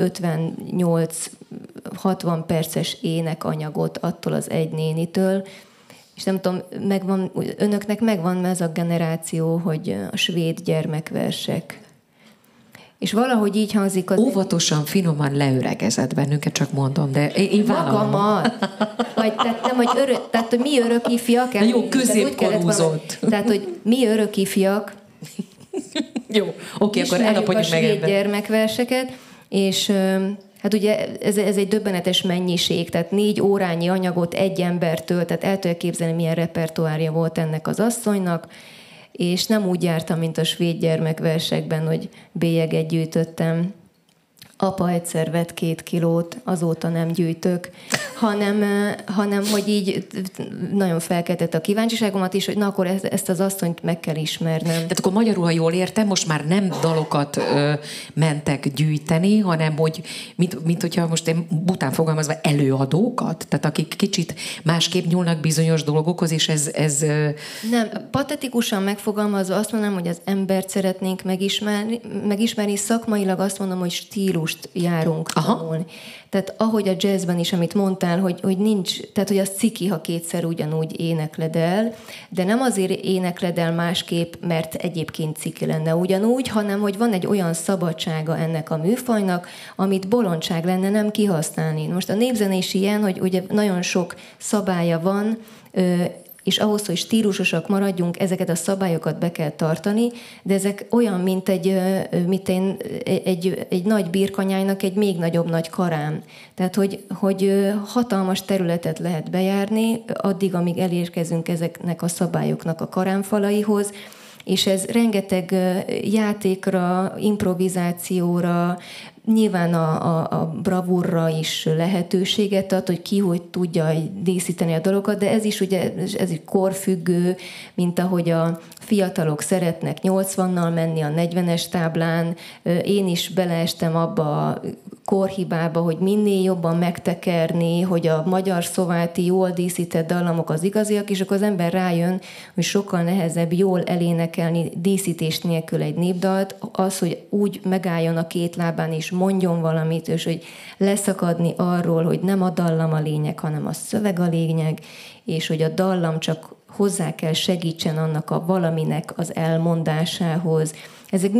58-60 perces énekanyagot attól az egy nénitől, és nem tudom, önöknek megvan ez a generáció, hogy a svéd gyermekversek. És valahogy így hangzik az... Óvatosan, finoman leöregezett bennünket, csak mondom, de én vállalom. Magamat. Tehát, hogy mi örök ifjak. Jó, középkorúzott. Tehát, hogy mi örök ifjak. Jó, oké, akkor elapodjuk meg ebben. Gyermekverseket, és hát ugye ez egy döbbenetes mennyiség, tehát 4 órányi anyagot egy embertől, tehát el tudja képzelni, milyen repertoárja volt ennek az asszonynak, és nem úgy jártam, mint a svéd gyermekversekben, hogy bélyeget gyűjtöttem. Apa egyszer vett 2 kilót, azóta nem gyűjtök, hanem hogy így nagyon felkeltett a kíváncsiságomat is, hogy na akkor ezt az asszonyt meg kell ismernem. Tehát akkor magyarul, ha jól értem, most már nem dalokat mentek gyűjteni, hanem hogy, mint hogyha most én bután fogalmazva előadókat, tehát akik kicsit másképp nyúlnak bizonyos dolgokhoz, és ez... Nem, patetikusan megfogalmazva azt mondanám, hogy az embert szeretnénk megismerni szakmailag azt mondom, hogy stílust járunk tanulni. Tehát ahogy a jazzben is, amit mondtál, hogy nincs, tehát hogy az ciki, ha kétszer ugyanúgy énekled el, de nem azért énekled el másképp, mert egyébként ciki lenne ugyanúgy, hanem hogy van egy olyan szabadsága ennek a műfajnak, amit bolondság lenne nem kihasználni. Most a népzene is ilyen, hogy ugye nagyon sok szabálya van, és ahhoz, hogy stílusosak maradjunk, ezeket a szabályokat be kell tartani, de ezek olyan, mint egy nagy birkanyájnak egy még nagyobb nagy karám. Tehát, hogy hatalmas területet lehet bejárni, addig, amíg elérkezünk ezeknek a szabályoknak a karámfalaihoz, és ez rengeteg játékra, improvizációra, nyilván a bravúrra is lehetőséget ad, hogy ki hogy tudja díszíteni a dolgokat, de ez is ugye ez is korfüggő, mint ahogy a fiatalok szeretnek 80-nal menni a 40-es táblán. Én is beleestem abba a korhibába, hogy minél jobban megtekerni, hogy a magyar szováti jól díszített dallamok az igaziak, és akkor az ember rájön, hogy sokkal nehezebb jól elénekelni díszítés nélkül egy népdalt, az, hogy úgy megálljon a 2 lábán és mondjon valamit, és hogy leszakadni arról, hogy nem a dallam a lényeg, hanem a szöveg a lényeg, és hogy a dallam csak hozzá kell segítsen annak a valaminek az elmondásához. Ezek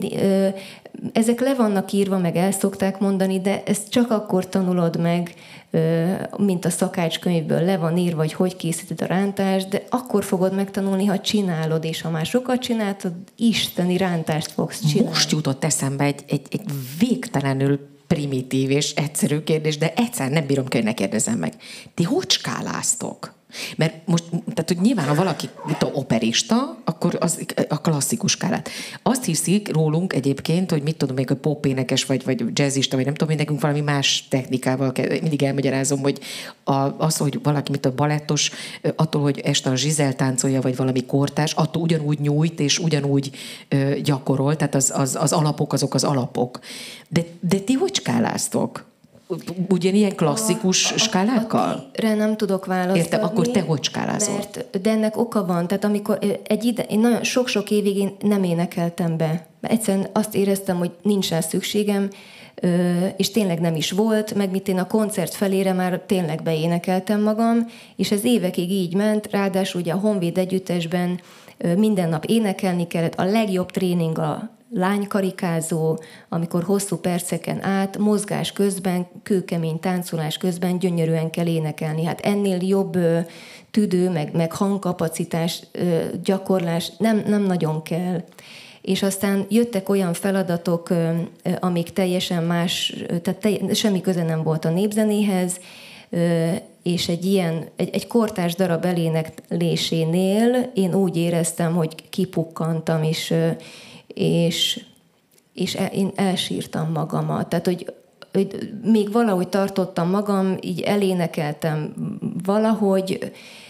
ezek le vannak írva, meg el szokták mondani, de ezt csak akkor tanulod meg, mint a szakácskönyvből le van írva, hogy készíted a rántást, de akkor fogod megtanulni, ha csinálod, és ha már sokat csináltad, isteni rántást fogsz csinálni. Most jutott eszembe egy végtelenül primitív és egyszerű kérdés, de egyszer nem bírom, hogy ne kérdezem meg. Ti hogy skáláztok? Mert most, tehát, hogy nyilván, ha valaki operista, akkor az a klasszikus skálát. Azt hiszik rólunk egyébként, hogy mit tudom, még a popénekes, vagy jazzista, vagy nem tudom, hogy nekünk valami más technikával mindig elmagyarázom, hogy az, hogy valaki, mint a balettos, attól, hogy este a Zsizel táncolja, vagy valami kortárs, attól ugyanúgy nyújt, és ugyanúgy gyakorol, tehát az alapok, azok az alapok. De ti hogy skáláztok? Ugyanilyen klasszikus skálákkal? Nem tudok választ Értem, adni, akkor te hogy skálázol? De ennek oka van. Tehát amikor én nagyon sok-sok évig én nem énekeltem be. Egyszerűen azt éreztem, hogy nincs rá szükségem, és tényleg nem is volt, meg mint én a koncert felére már tényleg beénekeltem magam, és ez évekig így ment, ráadásul ugye a Honvéd együttesben minden nap énekelni kellett, a legjobb tréning a lánykarikázó, amikor hosszú perceken át, mozgás közben, kőkemény táncolás közben gyönyörűen kell énekelni. Hát ennél jobb tüdő, meg hangkapacitás, gyakorlás nem nagyon kell. És aztán jöttek olyan feladatok, amik teljesen más, tehát semmi köze nem volt a népzenéhez, és egy kortárs darab eléneklésénél én úgy éreztem, hogy kipukkantam, és én elsírtam magamat. Tehát, hogy még valahogy tartottam magam, így elénekeltem valahogy,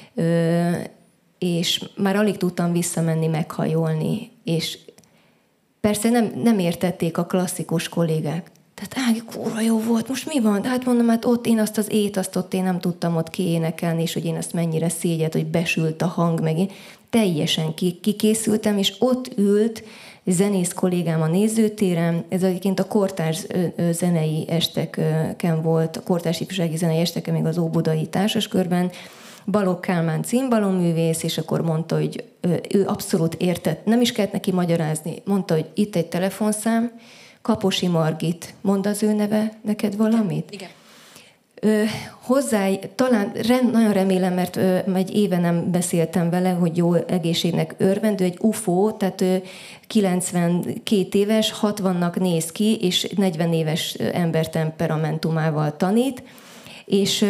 és már alig tudtam visszamenni, meghajolni. És persze nem értették a klasszikus kollégák. Tehát Ági, kurva jó volt, most mi van? Hát mondom, hát ott én azt az ott én nem tudtam ott kiénekelni, és hogy én azt mennyire szégyelt, hogy besült a hang, meg én teljesen kikészültem, és ott ült zenész kollégám a nézőtéren, ez egyébként a kortárs zenei esteken volt, a kortárs ifjúsági zenei esteken, még az Óbudai Társaskörben, Balogh Kálmán cimbalomművész, és akkor mondta, hogy ő abszolút értett, nem is kellett neki magyarázni, mondta, hogy itt egy telefonszám, Kaposi Margit, mond az ő neve neked valamit? Igen. Hozzá, talán nagyon remélem, mert egy éve nem beszéltem vele, hogy jó egészségnek örvendő, egy UFO, tehát 92 éves, 60-nak néz ki, és 40 éves ember temperamentumával tanít, és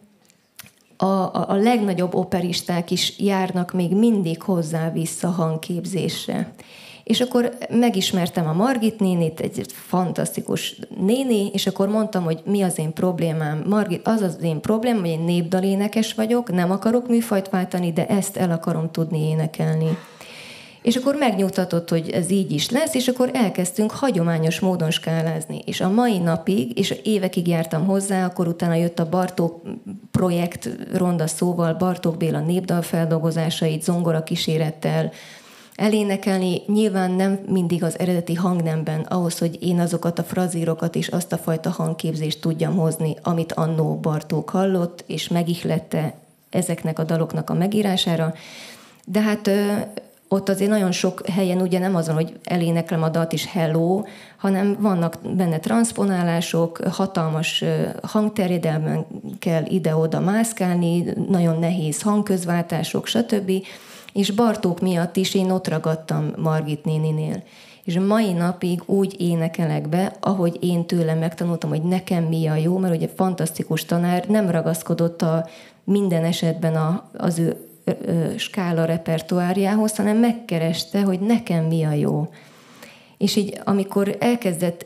a legnagyobb operisták is járnak még mindig hozzá vissza hangképzésre. És akkor megismertem a Margit nénit, egy fantasztikus néni, és akkor mondtam, hogy mi az én problémám. Margit, az én problémám, hogy én népdalénekes vagyok, nem akarok műfajt váltani, de ezt el akarom tudni énekelni. És akkor megnyugtatott, hogy ez így is lesz, és akkor elkezdtünk hagyományos módon skálázni. És a mai napig, és évekig jártam hozzá, akkor utána jött a Bartók projekt, ronda szóval, Bartók Béla népdal feldolgozásait, zongora kísérettel elénekelni, nyilván nem mindig az eredeti hangnemben, ahhoz, hogy én azokat a frazírokat és azt a fajta hangképzést tudjam hozni, amit annó Bartók hallott, és megihlette ezeknek a daloknak a megírására. De hát ott azért nagyon sok helyen ugye nem azon, hogy eléneklem a dalt is hello, hanem vannak benne transzponálások, hatalmas hangterjedelmen kell ide-oda mászkálni, nagyon nehéz hangközváltások, stb. És Bartók miatt is én ott ragadtam Margit néninél. És mai napig úgy énekelek be, ahogy én tőlem megtanultam, hogy nekem mi a jó, mert ugye fantasztikus tanár, nem ragaszkodott minden esetben az ő skála repertoárjához, hanem megkereste, hogy nekem mi a jó. És így amikor elkezdett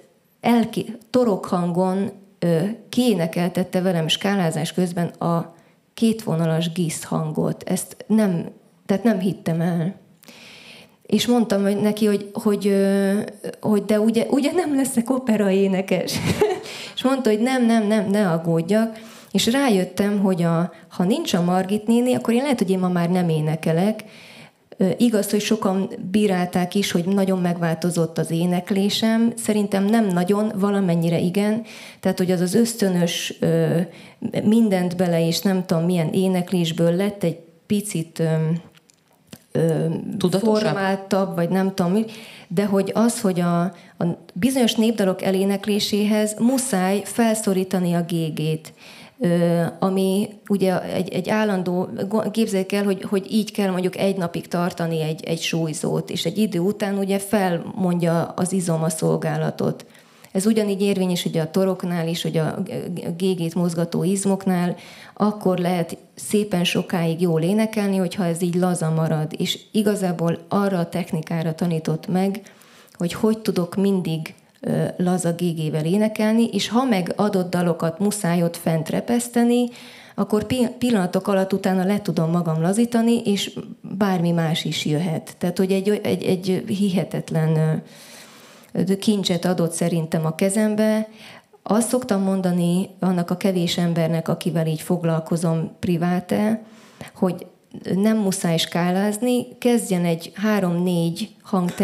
torokhangon kiénekeltette velem skálázás közben a kétvonalas gisz hangot. Ezt tehát nem hittem el. És mondtam neki, hogy de ugye nem leszek operaénekes. És mondta, hogy nem, ne aggódjak. És rájöttem, hogy ha nincs a Margit néni, akkor én lehet, hogy én ma már nem énekelek. Igaz, hogy sokan bírálták is, hogy nagyon megváltozott az éneklésem. Szerintem nem nagyon, valamennyire igen. Tehát, hogy az ösztönös mindent bele, és nem tudom milyen éneklésből lett egy picit formáltabb, vagy nem tudom mi, de hogy a bizonyos népdalok elénekléséhez muszáj felszorítani a gégét, ami ugye egy állandó, képzeljük el, hogy így kell mondjuk egy napig tartani egy súlyzót, és egy idő után ugye felmondja az izom a szolgálatot. Ez ugyanígy érvényes ugye a toroknál is, hogy a gégét mozgató izmoknál, akkor lehet szépen sokáig jól énekelni, hogyha ez így laza marad. És igazából arra a technikára tanított meg, hogy tudok mindig laza gégével énekelni, és ha meg adott dalokat muszáj ott fent repeszteni, akkor pillanatok alatt utána le tudom magam lazítani, és bármi más is jöhet. Tehát, hogy egy hihetetlen kincset adott szerintem a kezembe. Azt szoktam mondani annak a kevés embernek, akivel így foglalkozom priváte, hogy nem muszáj skálázni, kezdjen egy 3-4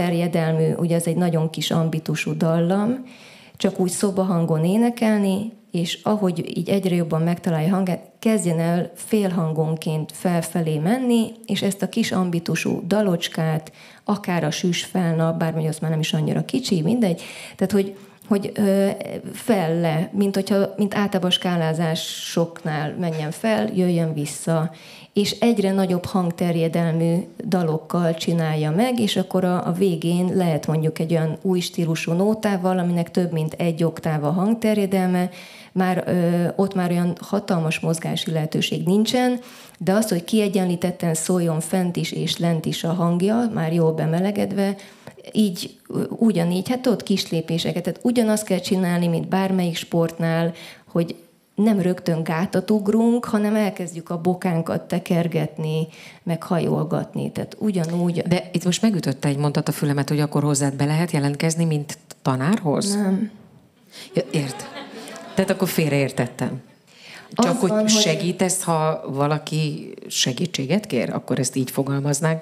hangterjedelmű, ugye ez egy nagyon kis ambitusú dallam, csak úgy szobahangon énekelni, és ahogy így egyre jobban megtalálja hangját, kezdjen el félhangonként felfelé menni, és ezt a kis ambitusú dalocskát, akár a süsfelnap, bár mondjuk az már nem is annyira kicsi, mindegy, tehát hogy fel-le, mint általában skálázásoknál menjen fel, jöjjön vissza, és egyre nagyobb hangterjedelmű dalokkal csinálja meg, és akkor a végén lehet mondjuk egy olyan új stílusú nótával, aminek több mint 1 oktáv a hangterjedelme, ott már olyan hatalmas mozgási lehetőség nincsen, de az, hogy kiegyenlítetten szóljon fent is és lent is a hangja, már jól bemelegedve, így ugyanígy, hát ott kis lépéseket, tehát ugyanazt kell csinálni, mint bármelyik sportnál, hogy nem rögtön gátat ugrunk, hanem elkezdjük a bokánkat tekergetni, meg hajolgatni, tehát ugyanúgy. De itt most megütötte egy mondat a fülemet, hogy akkor hozzád be lehet jelentkezni, mint tanárhoz? Nem. Ja, tehát akkor félreértettem. Csak Az hogy van, segítesz, ha valaki segítséget kér? Akkor ezt így fogalmaznánk?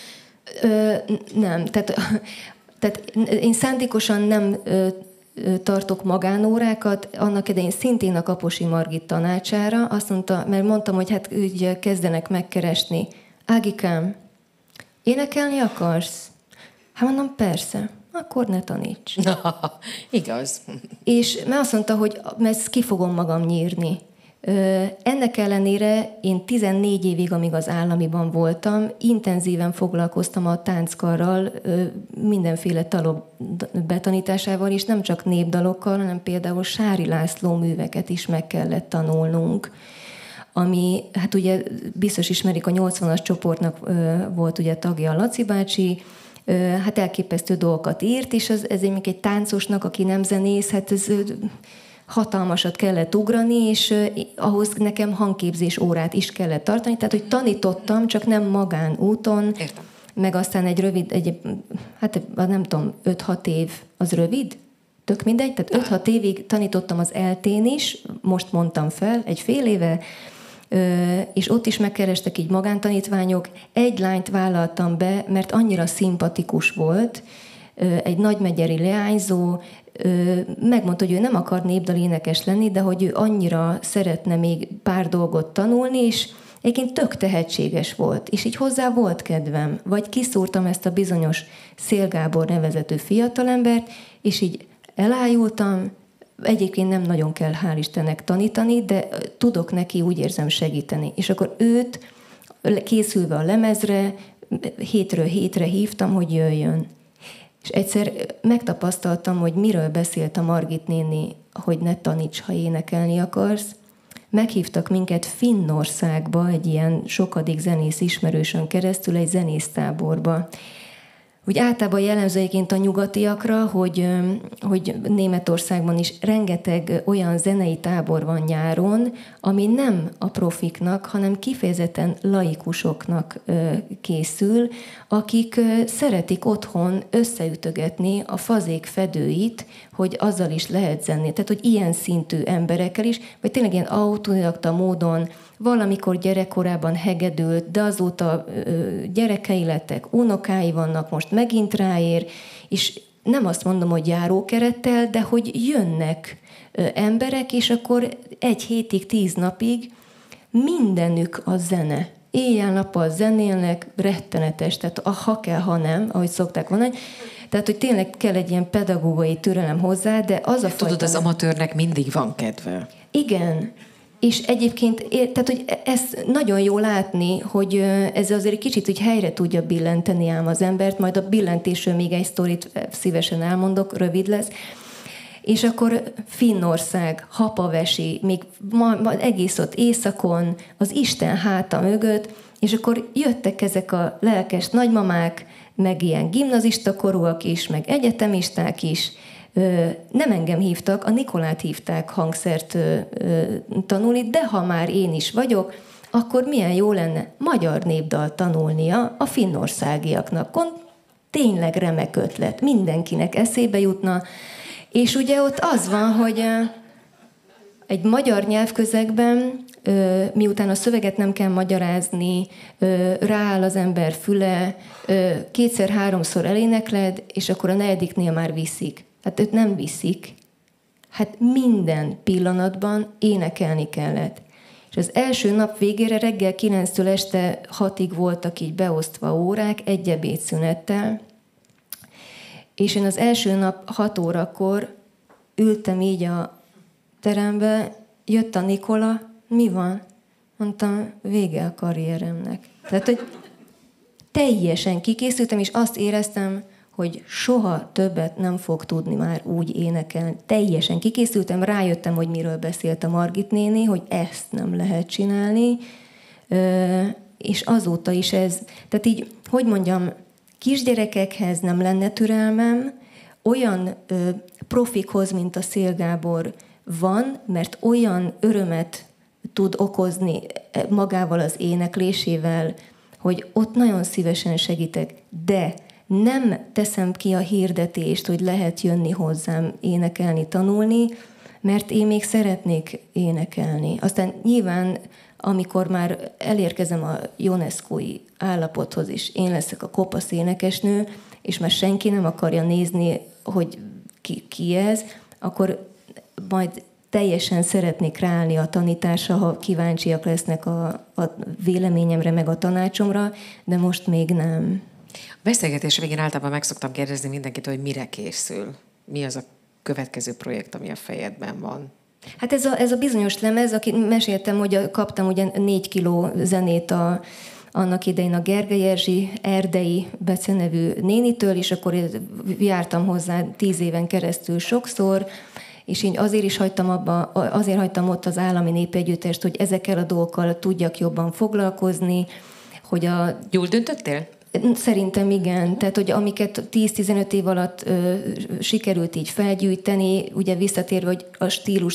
Nem. Tehát én szándékosan nem tartok magánórákat. Annak idején szintén a Kaposi Margit tanácsára azt mondta, mert mondtam, hogy hát ugye kezdenek megkeresni. Ágikám, énekelni akarsz? Hát mondom, persze. Akkor ne taníts. Igaz. És mert azt mondta, hogy ezt ki fogom magam nyírni. Ennek ellenére én 14 évig, amíg az államiban voltam, intenzíven foglalkoztam a tánckarral, mindenféle dalok betanításával, és nem csak népdalokkal, hanem például Sári László műveket is meg kellett tanulnunk. Ami, hát ugye biztos ismerik, a 80-as csoportnak volt ugye tagja a Laci bácsi, hát elképesztő dolgokat írt, és ez egy táncosnak, aki nem zenész, hát ez hatalmasat kellett ugrani, és ahhoz nekem hangképzés órát is kellett tartani, tehát hogy tanítottam, csak nem magánúton. Értem. Meg aztán egy rövid, hát nem tudom, 5-6 év, az rövid? Tök mindegy, tehát 5-6 évig tanítottam az eltén is, most mondtam fel, egy fél éve, és ott is megkerestek így magántanítványok. Egy lányt vállaltam be, mert annyira szimpatikus volt, egy nagymegyeri leányzó, megmondta, hogy ő nem akar népdalénekes lenni, de hogy ő annyira szeretne még pár dolgot tanulni, és egyébként tök tehetséges volt, és így hozzá volt kedvem. Vagy kiszúrtam ezt a bizonyos Szél Gábor nevezetű fiatalembert, és így elájultam. Egyébként nem nagyon kell, hál' Istennek tanítani, de tudok neki, úgy érzem, segíteni. És akkor őt készülve a lemezre, hétről hétre hívtam, hogy jöjjön. És egyszer megtapasztaltam, hogy miről beszélt a Margit néni, hogy ne taníts, ha énekelni akarsz. Meghívtak minket Finnországba, egy ilyen sokadik zenész ismerősön keresztül, egy zenésztáborba. Úgy általában jellemző egyébként a nyugatiakra, hogy Németországban is rengeteg olyan zenei tábor van nyáron, ami nem a profiknak, hanem kifejezetten laikusoknak készül, akik szeretik otthon összeütögetni a fazék fedőit, hogy azzal is lehet zenni. Tehát, hogy ilyen szintű emberekkel is, vagy tényleg ilyen autodidakta módon valamikor gyerekkorában hegedült, de azóta gyerekei lettek, unokái vannak, most megint ráér, és nem azt mondom, hogy járókerettel, de hogy jönnek emberek, és akkor 1 hétig, 10 napig mindenük a zene. Éjjel-nappal zenélnek, rettenetes, tehát ha kell, ha nem, ahogy szokták mondani. Tehát, hogy tényleg kell egy ilyen pedagógiai türelem hozzá, de az a Tudod, az amatőrnek mindig van kedve. Igen. És egyébként, tehát, hogy ezt nagyon jó látni, hogy ez azért egy kicsit hogy helyre tudja billenteni ám az embert, majd a billentésről még egy sztorit szívesen elmondok, rövid lesz. És akkor Finnország, Hapavesi, még egész ott északon, az Isten háta mögött, és akkor jöttek ezek a lelkes nagymamák, meg ilyen gimnazista korúak is, meg egyetemisták is. Nem engem hívtak, a Nikolát hívták hangszert tanulni, de ha már én is vagyok, akkor milyen jó lenne magyar népdalt tanulnia a finnországiaknak. Tényleg remek ötlet, mindenkinek eszébe jutna. És ugye ott az van, hogy egy magyar nyelvközegben, miután a szöveget nem kell magyarázni, rááll az ember füle, 2-3-szor elénekled, és akkor a 4-nél már viszik. Hát őt nem viszik. Hát minden pillanatban énekelni kellett. És az első nap végére reggel 9-től este 6-ig voltak így beosztva órák, egy ebédszünettel. És én az első nap 6 órakor ültem így a terembe, jött a Nikola, mi van? Mondtam, vége a karrieremnek. Tehát, hogy teljesen kikészültem, és azt éreztem, hogy soha többet nem fog tudni már úgy énekelni. Teljesen kikészültem, rájöttem, hogy miről beszélt a Margit néni, hogy ezt nem lehet csinálni, és azóta is ez, tehát így, hogy mondjam, kisgyerekekhez nem lenne türelmem, olyan profikhoz, mint a Szél Gábor van, mert olyan örömet tud okozni magával az éneklésével, hogy ott nagyon szívesen segítek, de nem teszem ki a hirdetést, hogy lehet jönni hozzám énekelni, tanulni, mert én még szeretnék énekelni. Aztán nyilván, amikor már elérkezem a UNESCO-i állapothoz is, én leszek a kopasz énekesnő, és már senki nem akarja nézni, hogy ki ez, akkor majd teljesen szeretnék ráállni a tanításra, ha kíváncsiak lesznek a véleményemre, meg a tanácsomra, de most még nem. A beszélgetés végén általában meg szoktam kérdezni mindenkit, hogy mire készül. Mi az a következő projekt, ami a fejedben van? Hát ez a bizonyos lemez, akit meséltem, hogy kaptam ugye 4 kiló zenét annak idején a Gergely Erzsi erdei becenevű nénitől, és akkor jártam hozzá 10 éven keresztül sokszor, és így azért hagytam ott az Állami Népegyüttest, hogy ezekkel a dolgokkal tudjak jobban foglalkozni, hogy Jól döntöttél? Szerintem igen. Tehát, hogy amiket 10-15 év alatt sikerült így felgyűjteni, ugye visszatérve, hogy a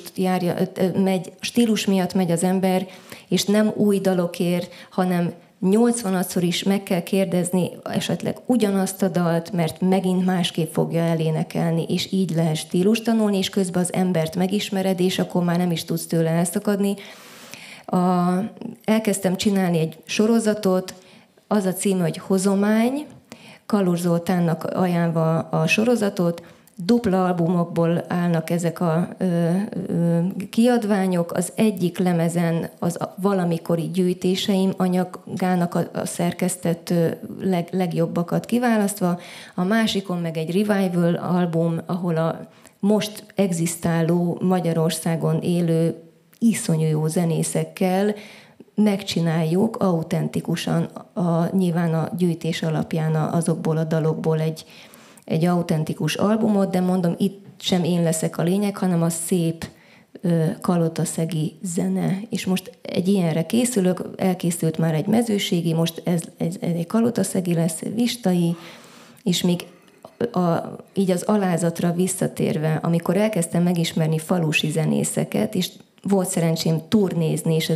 stílus miatt megy az ember, és nem új dalokért, hanem 80-szor is meg kell kérdezni esetleg ugyanazt a dalt, mert megint másképp fogja elénekelni, és így lehet stílust tanulni, és közben az embert megismered, és akkor már nem is tudsz tőle elszakadni. Elkezdtem csinálni egy sorozatot, az a címe, hogy Hozomány, Kalus Zoltánnak ajánlva a sorozatot, dupla albumokból állnak ezek a kiadványok. Az egyik lemezen az a valamikori gyűjtéseim anyagának a szerkesztett legjobbakat kiválasztva, a másikon meg egy revival album, ahol a most egzisztáló Magyarországon élő iszonyú jó zenészekkel megcsináljuk autentikusan, nyilván a gyűjtés alapján azokból a dalokból egy autentikus albumot, de mondom, itt sem én leszek a lényeg, hanem a szép kalotaszegi zene. És most egy ilyenre készülök, elkészült már egy mezőségi, most ez egy kalotaszegi lesz, vistai, és még így az alázatra visszatérve, amikor elkezdtem megismerni falusi zenészeket, és volt szerencsém turnézni is az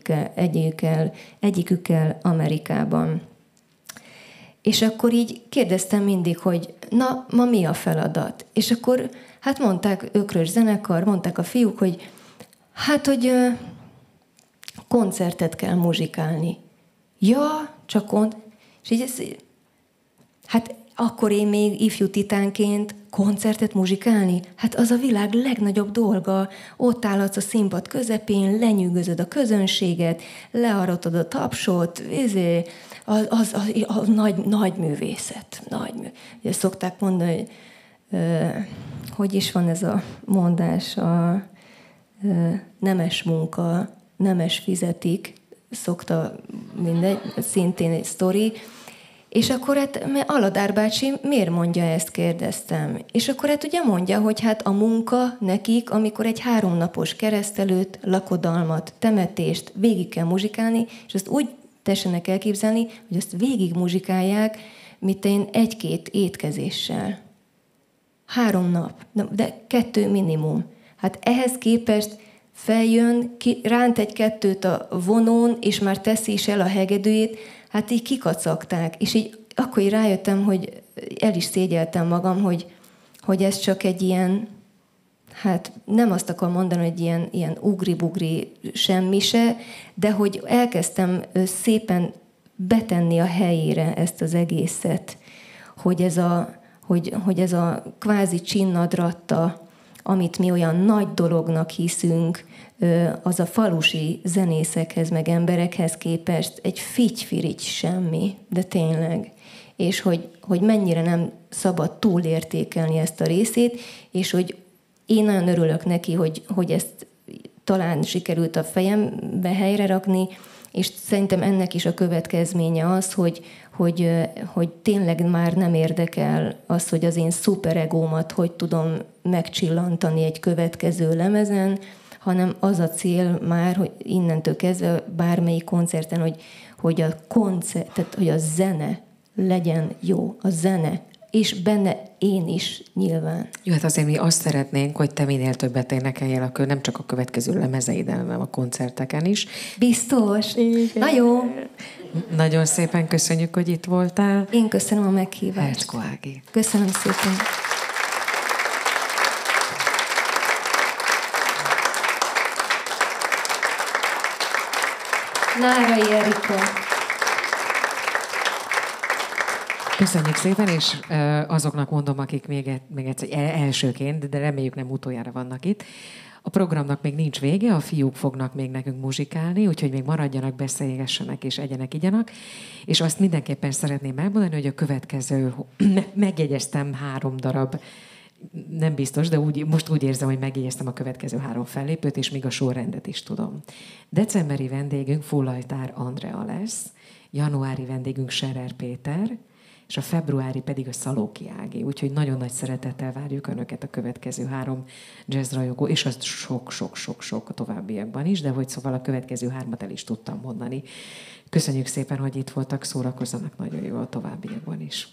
egyikükkel Amerikában. És akkor így kérdeztem mindig, hogy na, ma mi a feladat? És akkor hát mondták, Ökrös zenekar, mondták a fiúk, hogy hát, hogy koncertet kell muzsikálni. Ja, csak és így hát akkor én még ifjú titánként koncertet muzsikálni? Hát az a világ legnagyobb dolga. Ott állhatsz a színpad közepén, lenyűgözöd a közönséget, learatod a tapsot, az nagy művészet. Ugye szokták mondani, hogy is van ez a mondás, a nemes munka, nemes fizetik, szokta mindegy, szintén egy sztori. És akkor hát Aladár bácsi miért mondja ezt, kérdeztem. És akkor hát ugye mondja, hogy hát a munka nekik, amikor egy 3 napos keresztelőt, lakodalmat, temetést végig kell muzsikálni, és azt úgy tessenek elképzelni, hogy azt végig muzsikálják, mint én 1-2 étkezéssel. 3 nap, de 2 minimum. Hát ehhez képest feljön, ránt 1-2 a vonón, és már teszi is el a hegedűjét, hát így kikacagták. És így akkor így rájöttem, hogy el is szégyeltem magam, hogy ez csak egy ilyen, hát nem azt akar mondani, hogy ilyen ugri-bugri semmi se, de hogy elkezdtem szépen betenni a helyére ezt az egészet, hogy ez a kvázi csinnadratta, amit mi olyan nagy dolognak hiszünk, az a falusi zenészekhez, meg emberekhez képest egy figy-firigy semmi, de tényleg. És hogy mennyire nem szabad túlértékelni ezt a részét, és hogy én nagyon örülök neki, hogy ezt talán sikerült a fejembe helyre rakni, és szerintem ennek is a következménye az, hogy tényleg már nem érdekel az, hogy az én szuperegómat hogy tudom megcsillantani egy következő lemezen, hanem az a cél már, hogy innentől kezdve bármelyik koncerten, hogy a zene legyen jó, a zene, és benne én is nyilván. Jó, hát azért mi azt szeretnénk, hogy te minél többet énekeljél nem csak a következő lemezeiden, hanem a koncerteken is. Biztos? Na jó. Nagyon szépen köszönjük, hogy itt voltál. Én köszönöm a meghívást. Hercko Ági. Köszönöm szépen. Nárai Erika. Köszönjük szépen, és azoknak mondom, akik még egyszer elsőként, de reméljük nem utoljára vannak itt. A programnak még nincs vége, a fiúk fognak még nekünk muzsikálni, úgyhogy még maradjanak, beszélgessenek és egyenek, igyanak. És azt mindenképpen szeretném elmondani, hogy a következő, megjegyeztem 3 darab, nem biztos, de most úgy érzem, hogy megjegyeztem a következő 3 fellépőt, és még a sorrendet is tudom. Decemberi vendégünk Fullajtár Andrea lesz, januári vendégünk Scherer Péter, és a februári pedig a Szalóki Ági. Úgyhogy nagyon nagy szeretettel várjuk Önöket a következő 3 jazzrajongó, és az sok-sok-sok-sok a továbbiakban is, de hogy szóval a következő 3-at el is tudtam mondani. Köszönjük szépen, hogy itt voltak, szórakozzanak nagyon jól a továbbiakban is.